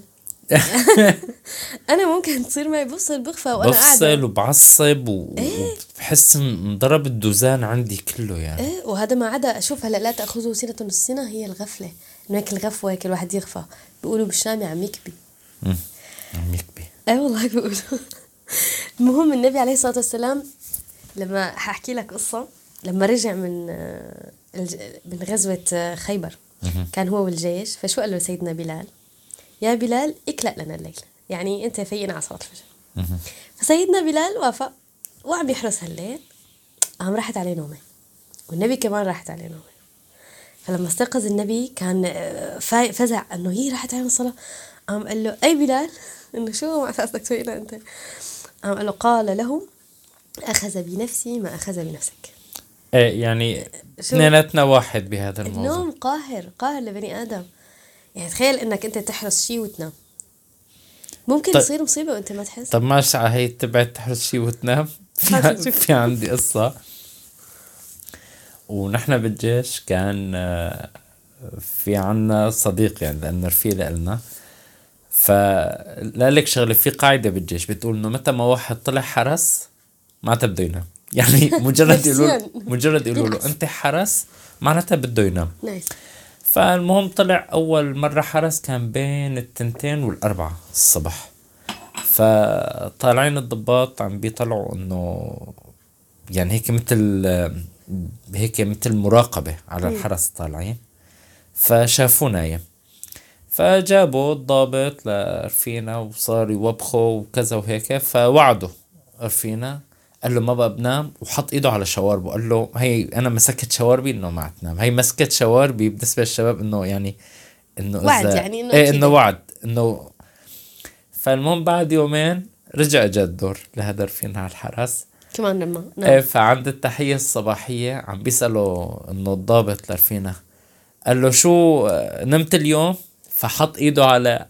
أنا ممكن تصير معي بغفى وأنا قاعدة بفصل وبعصب وبحس ان ضرب الدوزان عندي كله يعني. ايه، وهذا ما عدا، شوف هلا لا تأخذه سنة، السنة هي الغفلة، انه هيك الغفوة، هيك الواحد يغفى، بيقولوا بالشام عم يكبي. عم يكبي. ايه والله بيقولوا. المهم النبي عليه الصلاة والسلام لما حاحكي لك قصة، لما رجع من غزوة خيبر، كان هو والجيش، فشو قال له سيدنا بلال؟ يا بلال اكلأ لنا الليل، يعني انت فينا على صلاة الفجر. فسيدنا بلال وافق وعم يحرس هالليل، قام راحت عليه نومه، والنبي كمان راحت عليه نومه. فلما استيقظ النبي كان فزع انه هي راحت عليه الصلاة. قام قال له اي بلال، انه شو ما اساسك تسوينا انت؟ قام قال له، قال له اخذ بنفسي ما اخذ بنفسك. ايه يعني اثنيناتنا واحد بهذا الموضوع. النوم قاهر لبني ادم. يعني تخيل انك انت تحرس شيء وتنام، ممكن يصير مصيبة وانت ما تحس. طب ماشي، على هي تبعت تحرس شي وتنام. في عندي قصة، ونحن بالجيش كان في عنا صديق يعني، لأنه رفيق لنا، فلالك شغلة في قاعدة بالجيش بتقول إنه متى ما واحد طلع حرس معناتها بده ينام، يعني مجرد يقولوا له أنت حرس معناتها بده ينام. فالمهم طلع أول مرة حرس كان بين 2 و4 الصبح، فطالعين الضباط عم بيطلعوا إنه يعني هيك مثل مراقبة على الحرس طالعين، فشافونا نايم، فجابوا الضابط لرفينا وصار يوبخوا وكذا وهيك، فوعدوا رفينا قال له ما بقى بنام، وحط ايده على شواربه، قال له هي انا مسكت شواربي انه ما تنام، هي مسكت شواربي بالنسبه للشباب انه يعني انه وعد، اذا يعني انه ايه انه اكيد. وعد انه. فالمهم بعد يومين رجع جا الدور لهذا رفيقنا على الحرس. كمان لما ايه، نام. فعند التحية الصباحية عم بيسأله انه الضابط لرفيقنا، قال له شو نمت اليوم؟ فحط ايده على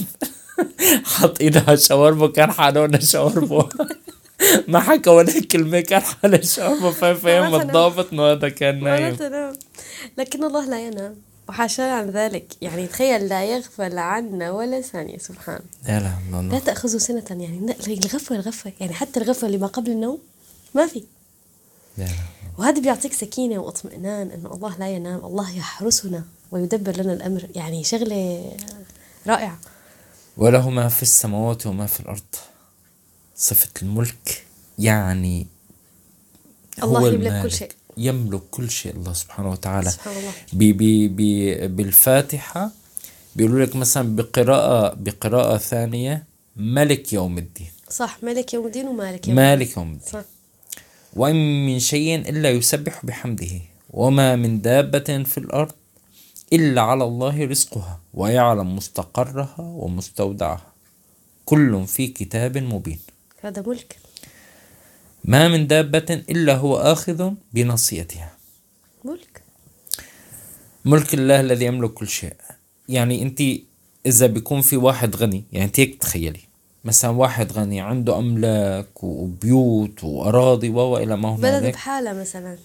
حط ايده على شاوربه، كان حالونا شاوربه. ما حكى ولا كلمة، كان حال شاوربه. فاهم معناتها نام. الضابط انه هذا كان نايم. معناتها نام. لكن الله لا ينام، وحاشاه عن ذلك. يعني تخيل لا يغفل عنا ولا ثانية، سبحان. لا لا لا الله. تأخذه سنة، يعني الغفوة يعني حتى الغفوة اللي ما قبل النوم ما في. لا لا. وهذا بيعطيك سكينة واطمئنان إنه الله لا ينام، الله يحرسنا ويدبر لنا الأمر. يعني شغلة رائعة. وله ما في السماوات وما في الأرض. صفة الملك يعني الله هو يملك كل المالك، شيء. يملك كل شيء الله سبحانه وتعالى. سبحان الله. بي بالفاتحة بيقولوا لك مثلا بقراءة ثانية ملك يوم الدين. صح، ملك يوم الدين ومالك يوم الدين. مالك يوم الدين. صح. وإن من شيء إلا يسبح بحمده وما من دابة في الأرض إلا على الله رزقها ويعلم مستقرها ومستودعها كل في كتاب مبين. هذا ملك. ما من دابة إلا هو آخذ بناصيتها. ملك. ملك الله الذي يملك كل شيء. يعني أنت إذا بيكون في واحد غني، يعني أنت هيك تخيلي مثلا واحد غني عنده أملاك وبيوت وأراضي وإلى ما بلد هنالك، بحالة مثلا،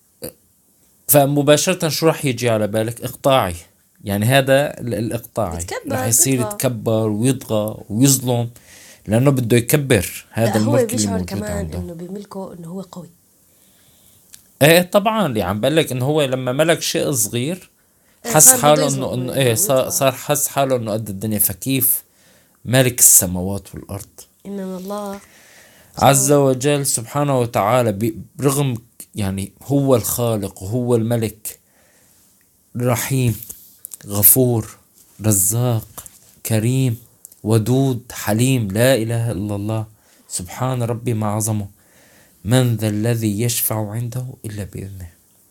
فمباشرة شو رح يجي على بالك؟ إقطاعي. يعني هذا الإقطاعي يتكبر، رح يصير بيطغى. يتكبر ويطغى ويظلم، لأنه بده يكبر هذا لا، هو الملك اللي بيشعر موجود كمان عنده. إنه بملكه إنه هو قوي. ايه طبعا، اللي عم بقلك انه هو لما ملك شيء صغير حس صار حاله بده انه يظلم ايه ويطغى. صار حس حاله انه قد الدنيا. فكيف مالك السماوات والارض إنما الله عز وجل سبحانه وتعالى، برغم يعني هو الخالق وهو الملك، رحيم، غفور، رزاق، كريم، ودود، حليم. لا اله الا الله. سبحان ربي ما عظمه. من ذا الذي يشفع عنده الا باذنه.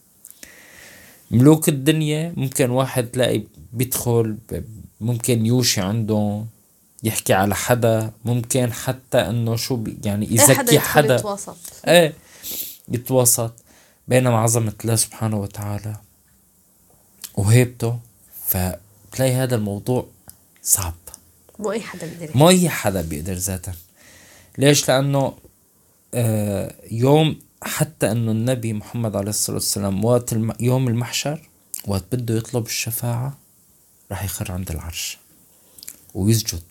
ملوك الدنيا ممكن واحد تلاقي بيدخل ممكن يوشي عنده يحكي على حدا، ممكن حتى انه شو يعني يزكي حدا يتواصل. ايه يتوسط. بينما عظمة الله سبحانه وتعالى وهيبته، فتلاقي هذا الموضوع صعب. مو أي حدا بيقدر. ما أي حدا بيقدر ذاتا. ليش؟ لأنه يوم حتى أنه النبي محمد عليه الصلاة والسلام وقت يوم المحشر وقت بده يطلب الشفاعة راح يخر عند العرش ويسجد،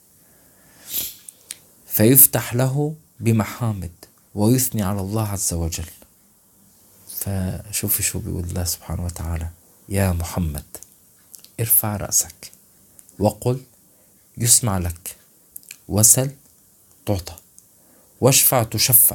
فيفتح له بمحامد ويثني على الله عز وجل. فشوفي شو بيقول الله سبحانه وتعالى: يا محمد ارفع رأسك وقل يسمع لك، وسل تعطى، واشفع تشفع،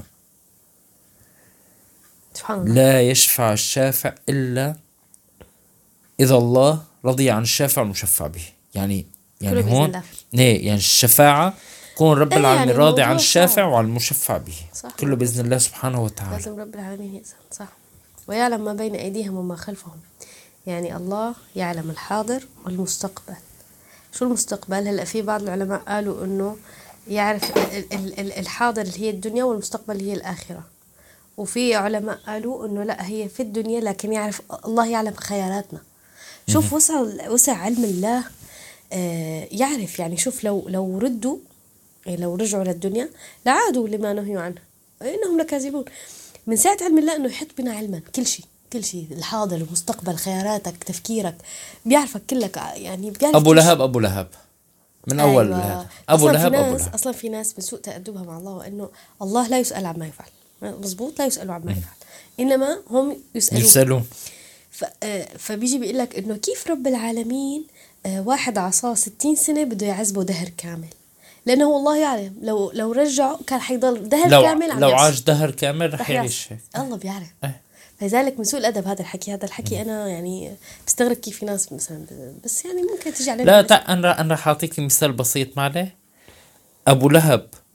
سبحان الله. لا يشفع الشافع إلا إذا الله رضي عن الشافع المشفع به. يعني كله بإذن هون الله. يعني الشفاعة كون رب العالمين يعني راضي عن الموضوع الشافع صعب. وعن المشفع به. صح. كله بإذن الله سبحانه وتعالى. لازم رب العالمين يأذن. صح. ويعلم ما بين أيديهم وما خلفهم. يعني الله يعلم الحاضر والمستقبل. شو المستقبل؟ هلأ في بعض العلماء قالوا إنه يعرف الحاضر اللي هي الدنيا، والمستقبل اللي هي الآخرة. وفي علماء قالوا إنه لا، هي في الدنيا لكن يعرف الله يعلم خياراتنا. شوف وسع علم الله. يعرف. يعني شوف لو ردوا، لو رجعوا للدنيا لعادوا لما نهيوا عنه إنهم لكاذبون. من ساعة علم الله إنه يحط بنا علما كل شيء، الحاضر، المستقبل، خياراتك، تفكيرك، بيعرفك كلك. يعني بيعرف أبو كل شيء. لهب أبو لهب من أول أيوة. هذا أبو لهب أبو لهب. أصلا في ناس من سوء تأدبها مع الله وإنه الله لا يسأل عما يفعل. مزبوط، لا يسأل عما يفعل، إنما هم يسألون. فبيجي بيقول لك إنه كيف رب العالمين واحد عصاه 60 سنة بده يعذبه دهر كامل، لأنه والله يعلم لو رجعه كان حيضل دهر كامل. لو عاش دهر كامل رح يعيش هيك. الله بيعرف. فلذلك من سوء الأدب هذا الحكي أنا يعني بستغرب كيف في ناس مثلا، بس يعني ممكن تجي علينا. لا أنا رح أعطيك مثال بسيط معليه. أبو لهب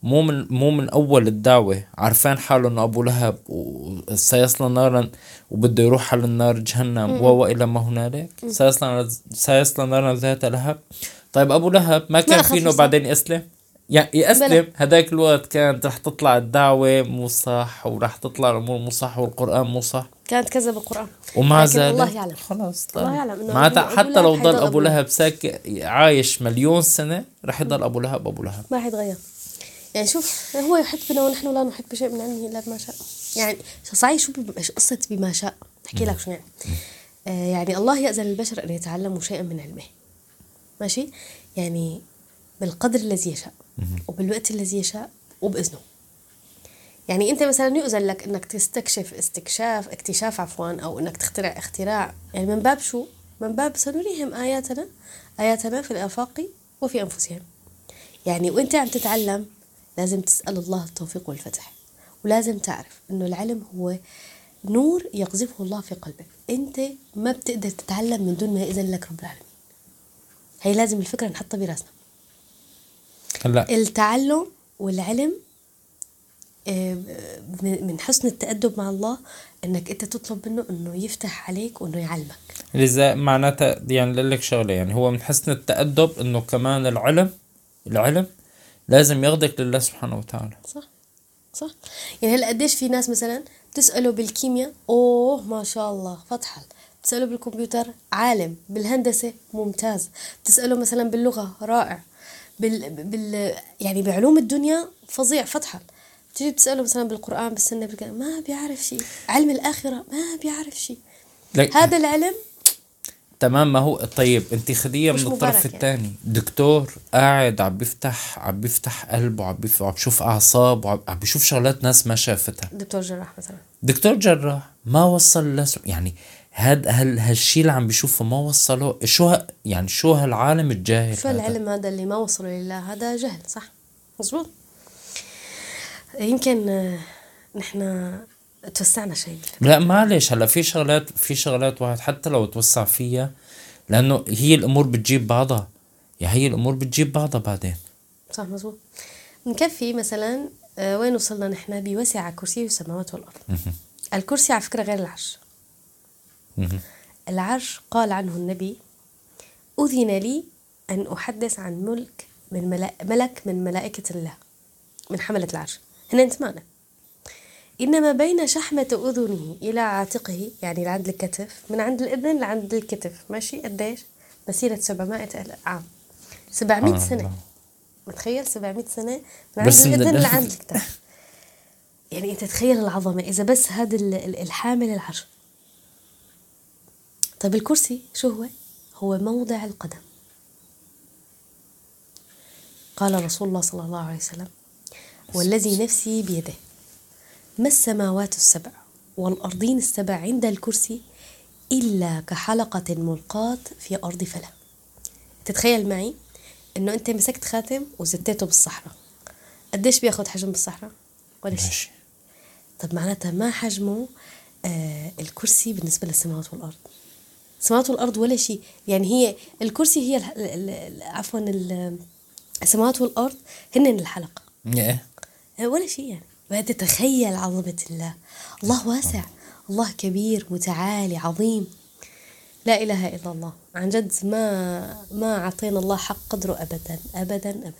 مو من اول الدعوة عارفين حاله انه ابو لهب سيصلى نارا وبده يروح على النار جهنم والى ما هنالك، سيصلى نارا ذات لهب. طيب ابو لهب ما كان أخاف فينه يصل. بعدين يسلم؟ يعني يأسلم بلى. هداك الوقت كانت رح تطلع الدعوة مو صح ورح تطلع الأمور مو صح والقرآن مو صح، كانت كذب القرآن. ومع لكن ذلك الله يعلم. خلاص الله طيب. يعلم إنه معناتها أبو حتى لهب لو ضل حيضل أبو أبو لهب عايش مليون سنة رح يضل أبو لهب أبو لهب. ما حيتغير. يعني شوف، هو يحبنا ونحن لا نحب بشيء من عنده إلا بما شاء. يعني صحيح شو قصة بما شاء؟ أحكي لك شو يعني. يعني الله يأذن للبشر أن يتعلموا شيئا من علمه، ماشي؟ يعني بالقدر الذي يشاء وبالوقت الذي يشاء وبإذنه. يعني أنت مثلا يؤذن لك أنك تستكشف اكتشاف أو أنك تخترع اختراع، يعني من باب شو؟ من باب سنريهم آياتنا في الآفاق وفي أنفسهم. يعني وأنت عم تتعلم لازم تسأل الله التوفيق والفتح، ولازم تعرف أنه العلم هو نور يقذفه الله في قلبك. أنت ما بتقدر تتعلم من دون ما يأذن لك رب العالمين. هي لازم الفكرة نحطها براسنا. هلا التعلم والعلم من حسن التأدب مع الله انك انت تطلب منه انه يفتح عليك وانه يعلمك. لذا معناتها يعني لك شغلة، يعني هو من حسن التأدب انه كمان العلم لازم ياخدك لله سبحانه وتعالى. صح. يعني هلا قديش في ناس مثلا بتسأله بالكيمياء ما شاء الله فتحل، بتسأله بالكمبيوتر عالم، بالهندسة ممتاز، بتسأله مثلا باللغة رائع، يعني بعلوم الدنيا فظيع فتحل. تيجي بتسأله مثلا بالقرآن بالسنة ما بيعرف شيء. علم الآخرة ما بيعرف شيء. هذا العلم تمام. ما هو طيب انت خدية من الطرف الثاني يعني. دكتور قاعد عم بيفتح قلبه، عم بيشوف اعصاب وعم بيشوف شغلات ناس ما شافتها. دكتور جراح مثلا، دكتور جراح ما وصل يعني هالشيء اللي عم بيشوفه ما وصله. شو هالعالم الجاهل، شو العلم هذا اللي ما وصله لله؟ هذا جهل. صح مظبوط. يمكن نحن توسعنا شيء. لا معلش، هلا في شغلات واحد حتى لو توسع فيها، لانه هي الامور بتجيب بعضها. بعدين. صح مظبوط. نكفي مثلا وين وصلنا نحن؟ بوسع كرسيه السماوات والارض. الكرسي على فكره غير العرش. العرش قال عنه النبي: أذن لي أن أحدث عن ملك من ملائكة الله، من حملة العرش، هنا انتمانا. إنما بين شحمة أذنه إلى عاتقه، يعني لعند الكتف، من عند الأذن لعند الكتف، ماشي قديش؟ مسيرة 700 عام. 700 سنة. متخيل 700 سنة من عند الأذن لعند الكتف. يعني أنت تخيل العظمة إذا بس هذا الحامل العرش. طيب الكرسي شو هو موضع القدم. قال رسول الله صلى الله عليه وسلم: والذي نفسي بيده ما السماوات السبع والأرضين السبع عند الكرسي إلا كحلقة ملقاة في أرض فلا. تتخيل معي إنه أنت مسكت خاتم وزتيته بالصحراء، قديش بياخد حجم بالصحراء؟ ولا شيء. طب معناتها ما حجمه الكرسي بالنسبة للسماوات والأرض. السماوات والأرض ولا شيء. يعني هي الكرسي هي عفوا السماوات والأرض هن الحلقة. ولا شيء. يعني ما تتخيل عظمة الله. الله واسع، الله كبير متعالي عظيم، لا إله إلا الله. عن جد ما عطينا الله حق قدره أبدا أبدا أبدا.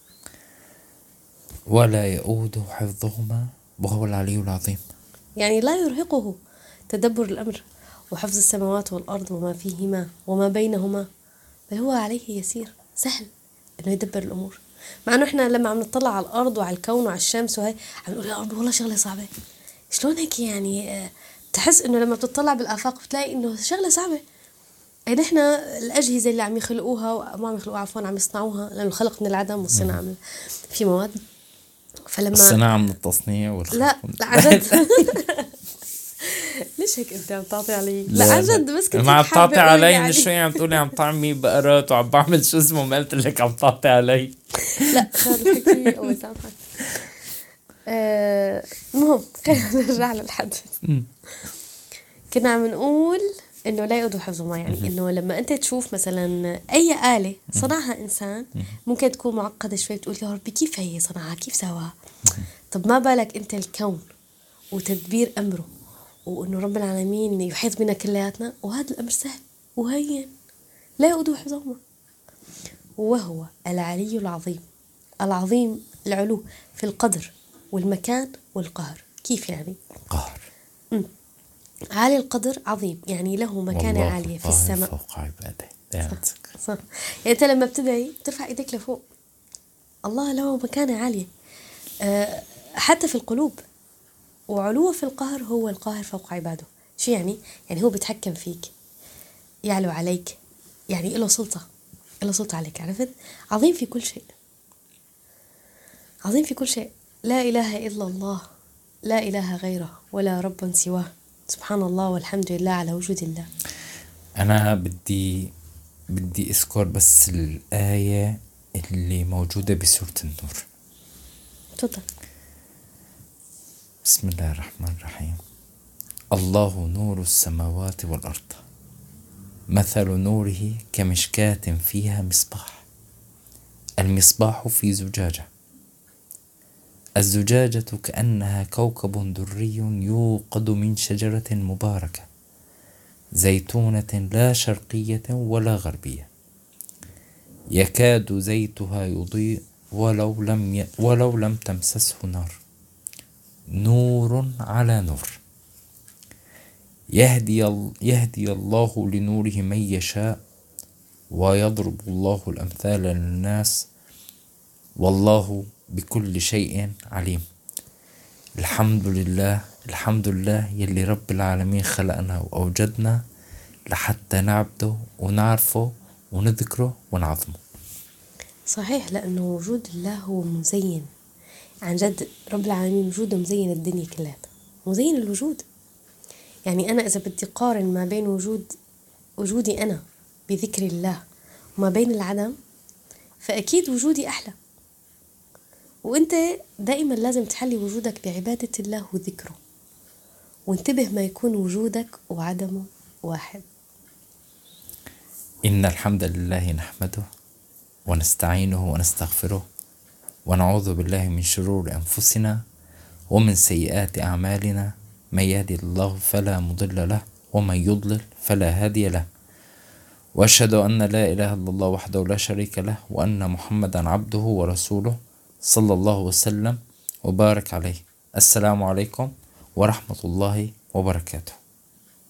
ولا يؤوده حفظهما وهو العلي العظيم. يعني لا يرهقه تدبر الأمر وحفظ السماوات والأرض وما فيهما وما بينهما، بل هو عليه يسير سهل إنه يدبر الأمور. مع إنه إحنا لما عم نطلع على الأرض وعلى الكون وعلى الشمس وهي عم نقول الأرض والله شغلة صعبة. شلون هيك يعني؟ تحس إنه لما بتطلع بالآفاق بتلاقي إنه شغلة صعبة. يعني إحنا الأجهزة اللي عم يخلقوها ما عم يخلقوها عفوا عم يصنعوها، لأنه الخلق من العدم والصناعة في مواد. فلما الصناعة من التصنيع والخلق لا عن جد ليش هيك انت عم تعطي علي؟ لا عن جد بس كنت ما عم تعطي علي يعني. من شوي عم تقولي عم طعمي بقرات وعم بعمل شو اسمه، ما قلت لك عم تعطي علي. لا هذا الحكي أول سامحك. المهم خلينا نرجع للحدث. كنا عم نقول انه لا يؤدوا حفظهما، يعني انه لما انت تشوف مثلا اي آلة صنعها انسان ممكن تكون معقدة شوي، بتقول يا ربي كيف هي صنعها، كيف سواها؟ طب ما بالك انت الكون وتدبير امره، وانه رب العالمين يحيط بنا كلياتنا، وهذا الامر سهل وهين لا يؤدوا حفظهما. وهو العلي العظيم. العظيم العلو في القدر والمكان والقهر. كيف يعني؟ قهر. عالي القدر عظيم، يعني له مكانة والله عالية في قاهر السماء. فوق عباده. فهمتك. صح. يعني أنت لما بتدعي ترفع إيديك لفوق، الله له مكانة عالية. حتى في القلوب. وعلوه في القهر، هو القاهر فوق عباده. شو يعني؟ يعني هو بيتحكم فيك، يعلو عليك، يعني له سلطة، له سلطة عليك. عرفت؟ عظيم في كل شيء، عظيم في كل شيء. لا إله إلا الله، لا إله غيره ولا رب سواه. سبحان الله والحمد لله على وجود الله. أنا بدي أذكر بس الآية اللي موجودة بسورة النور. تفضل. بسم الله الرحمن الرحيم. الله نور السماوات والأرض، مثل نوره كمشكاة فيها مصباح، المصباح في زجاجة، الزجاجة كأنها كوكب دري يوقد من شجرة مباركة زيتونة لا شرقية ولا غربية، يكاد زيتها يضيء ولو لم تمسسه نار، نور على نور، يهدي الله لنوره من يشاء ويضرب الله الأمثال للناس والله بكل شيء عليم. الحمد لله، الحمد لله يلي رب العالمين خلقنا وأوجدنا لحتى نعبده ونعرفه ونذكره ونعظمه. صحيح، لأنه وجود الله هو مزين عن جد. رب العالمين وجوده مزين الدنيا كلها، مزين الوجود. يعني أنا إذا بدي قارن ما بين وجودي أنا بذكر الله وما بين العدم، فأكيد وجودي أحلى. وأنت دائما لازم تحلي وجودك بعبادة الله وذكره، وانتبه ما يكون وجودك وعدمه واحد. إن الحمد لله نحمده ونستعينه ونستغفره ونعوذ بالله من شرور أنفسنا ومن سيئات أعمالنا، من يهدي الله فلا مضل له ومن يضلل فلا هادي له، وأشهد أن لا إله إلا الله وحده لا شريك له وأن محمدا عبده ورسوله صلى الله وسلم وبارك عليه. السلام عليكم ورحمة الله وبركاته.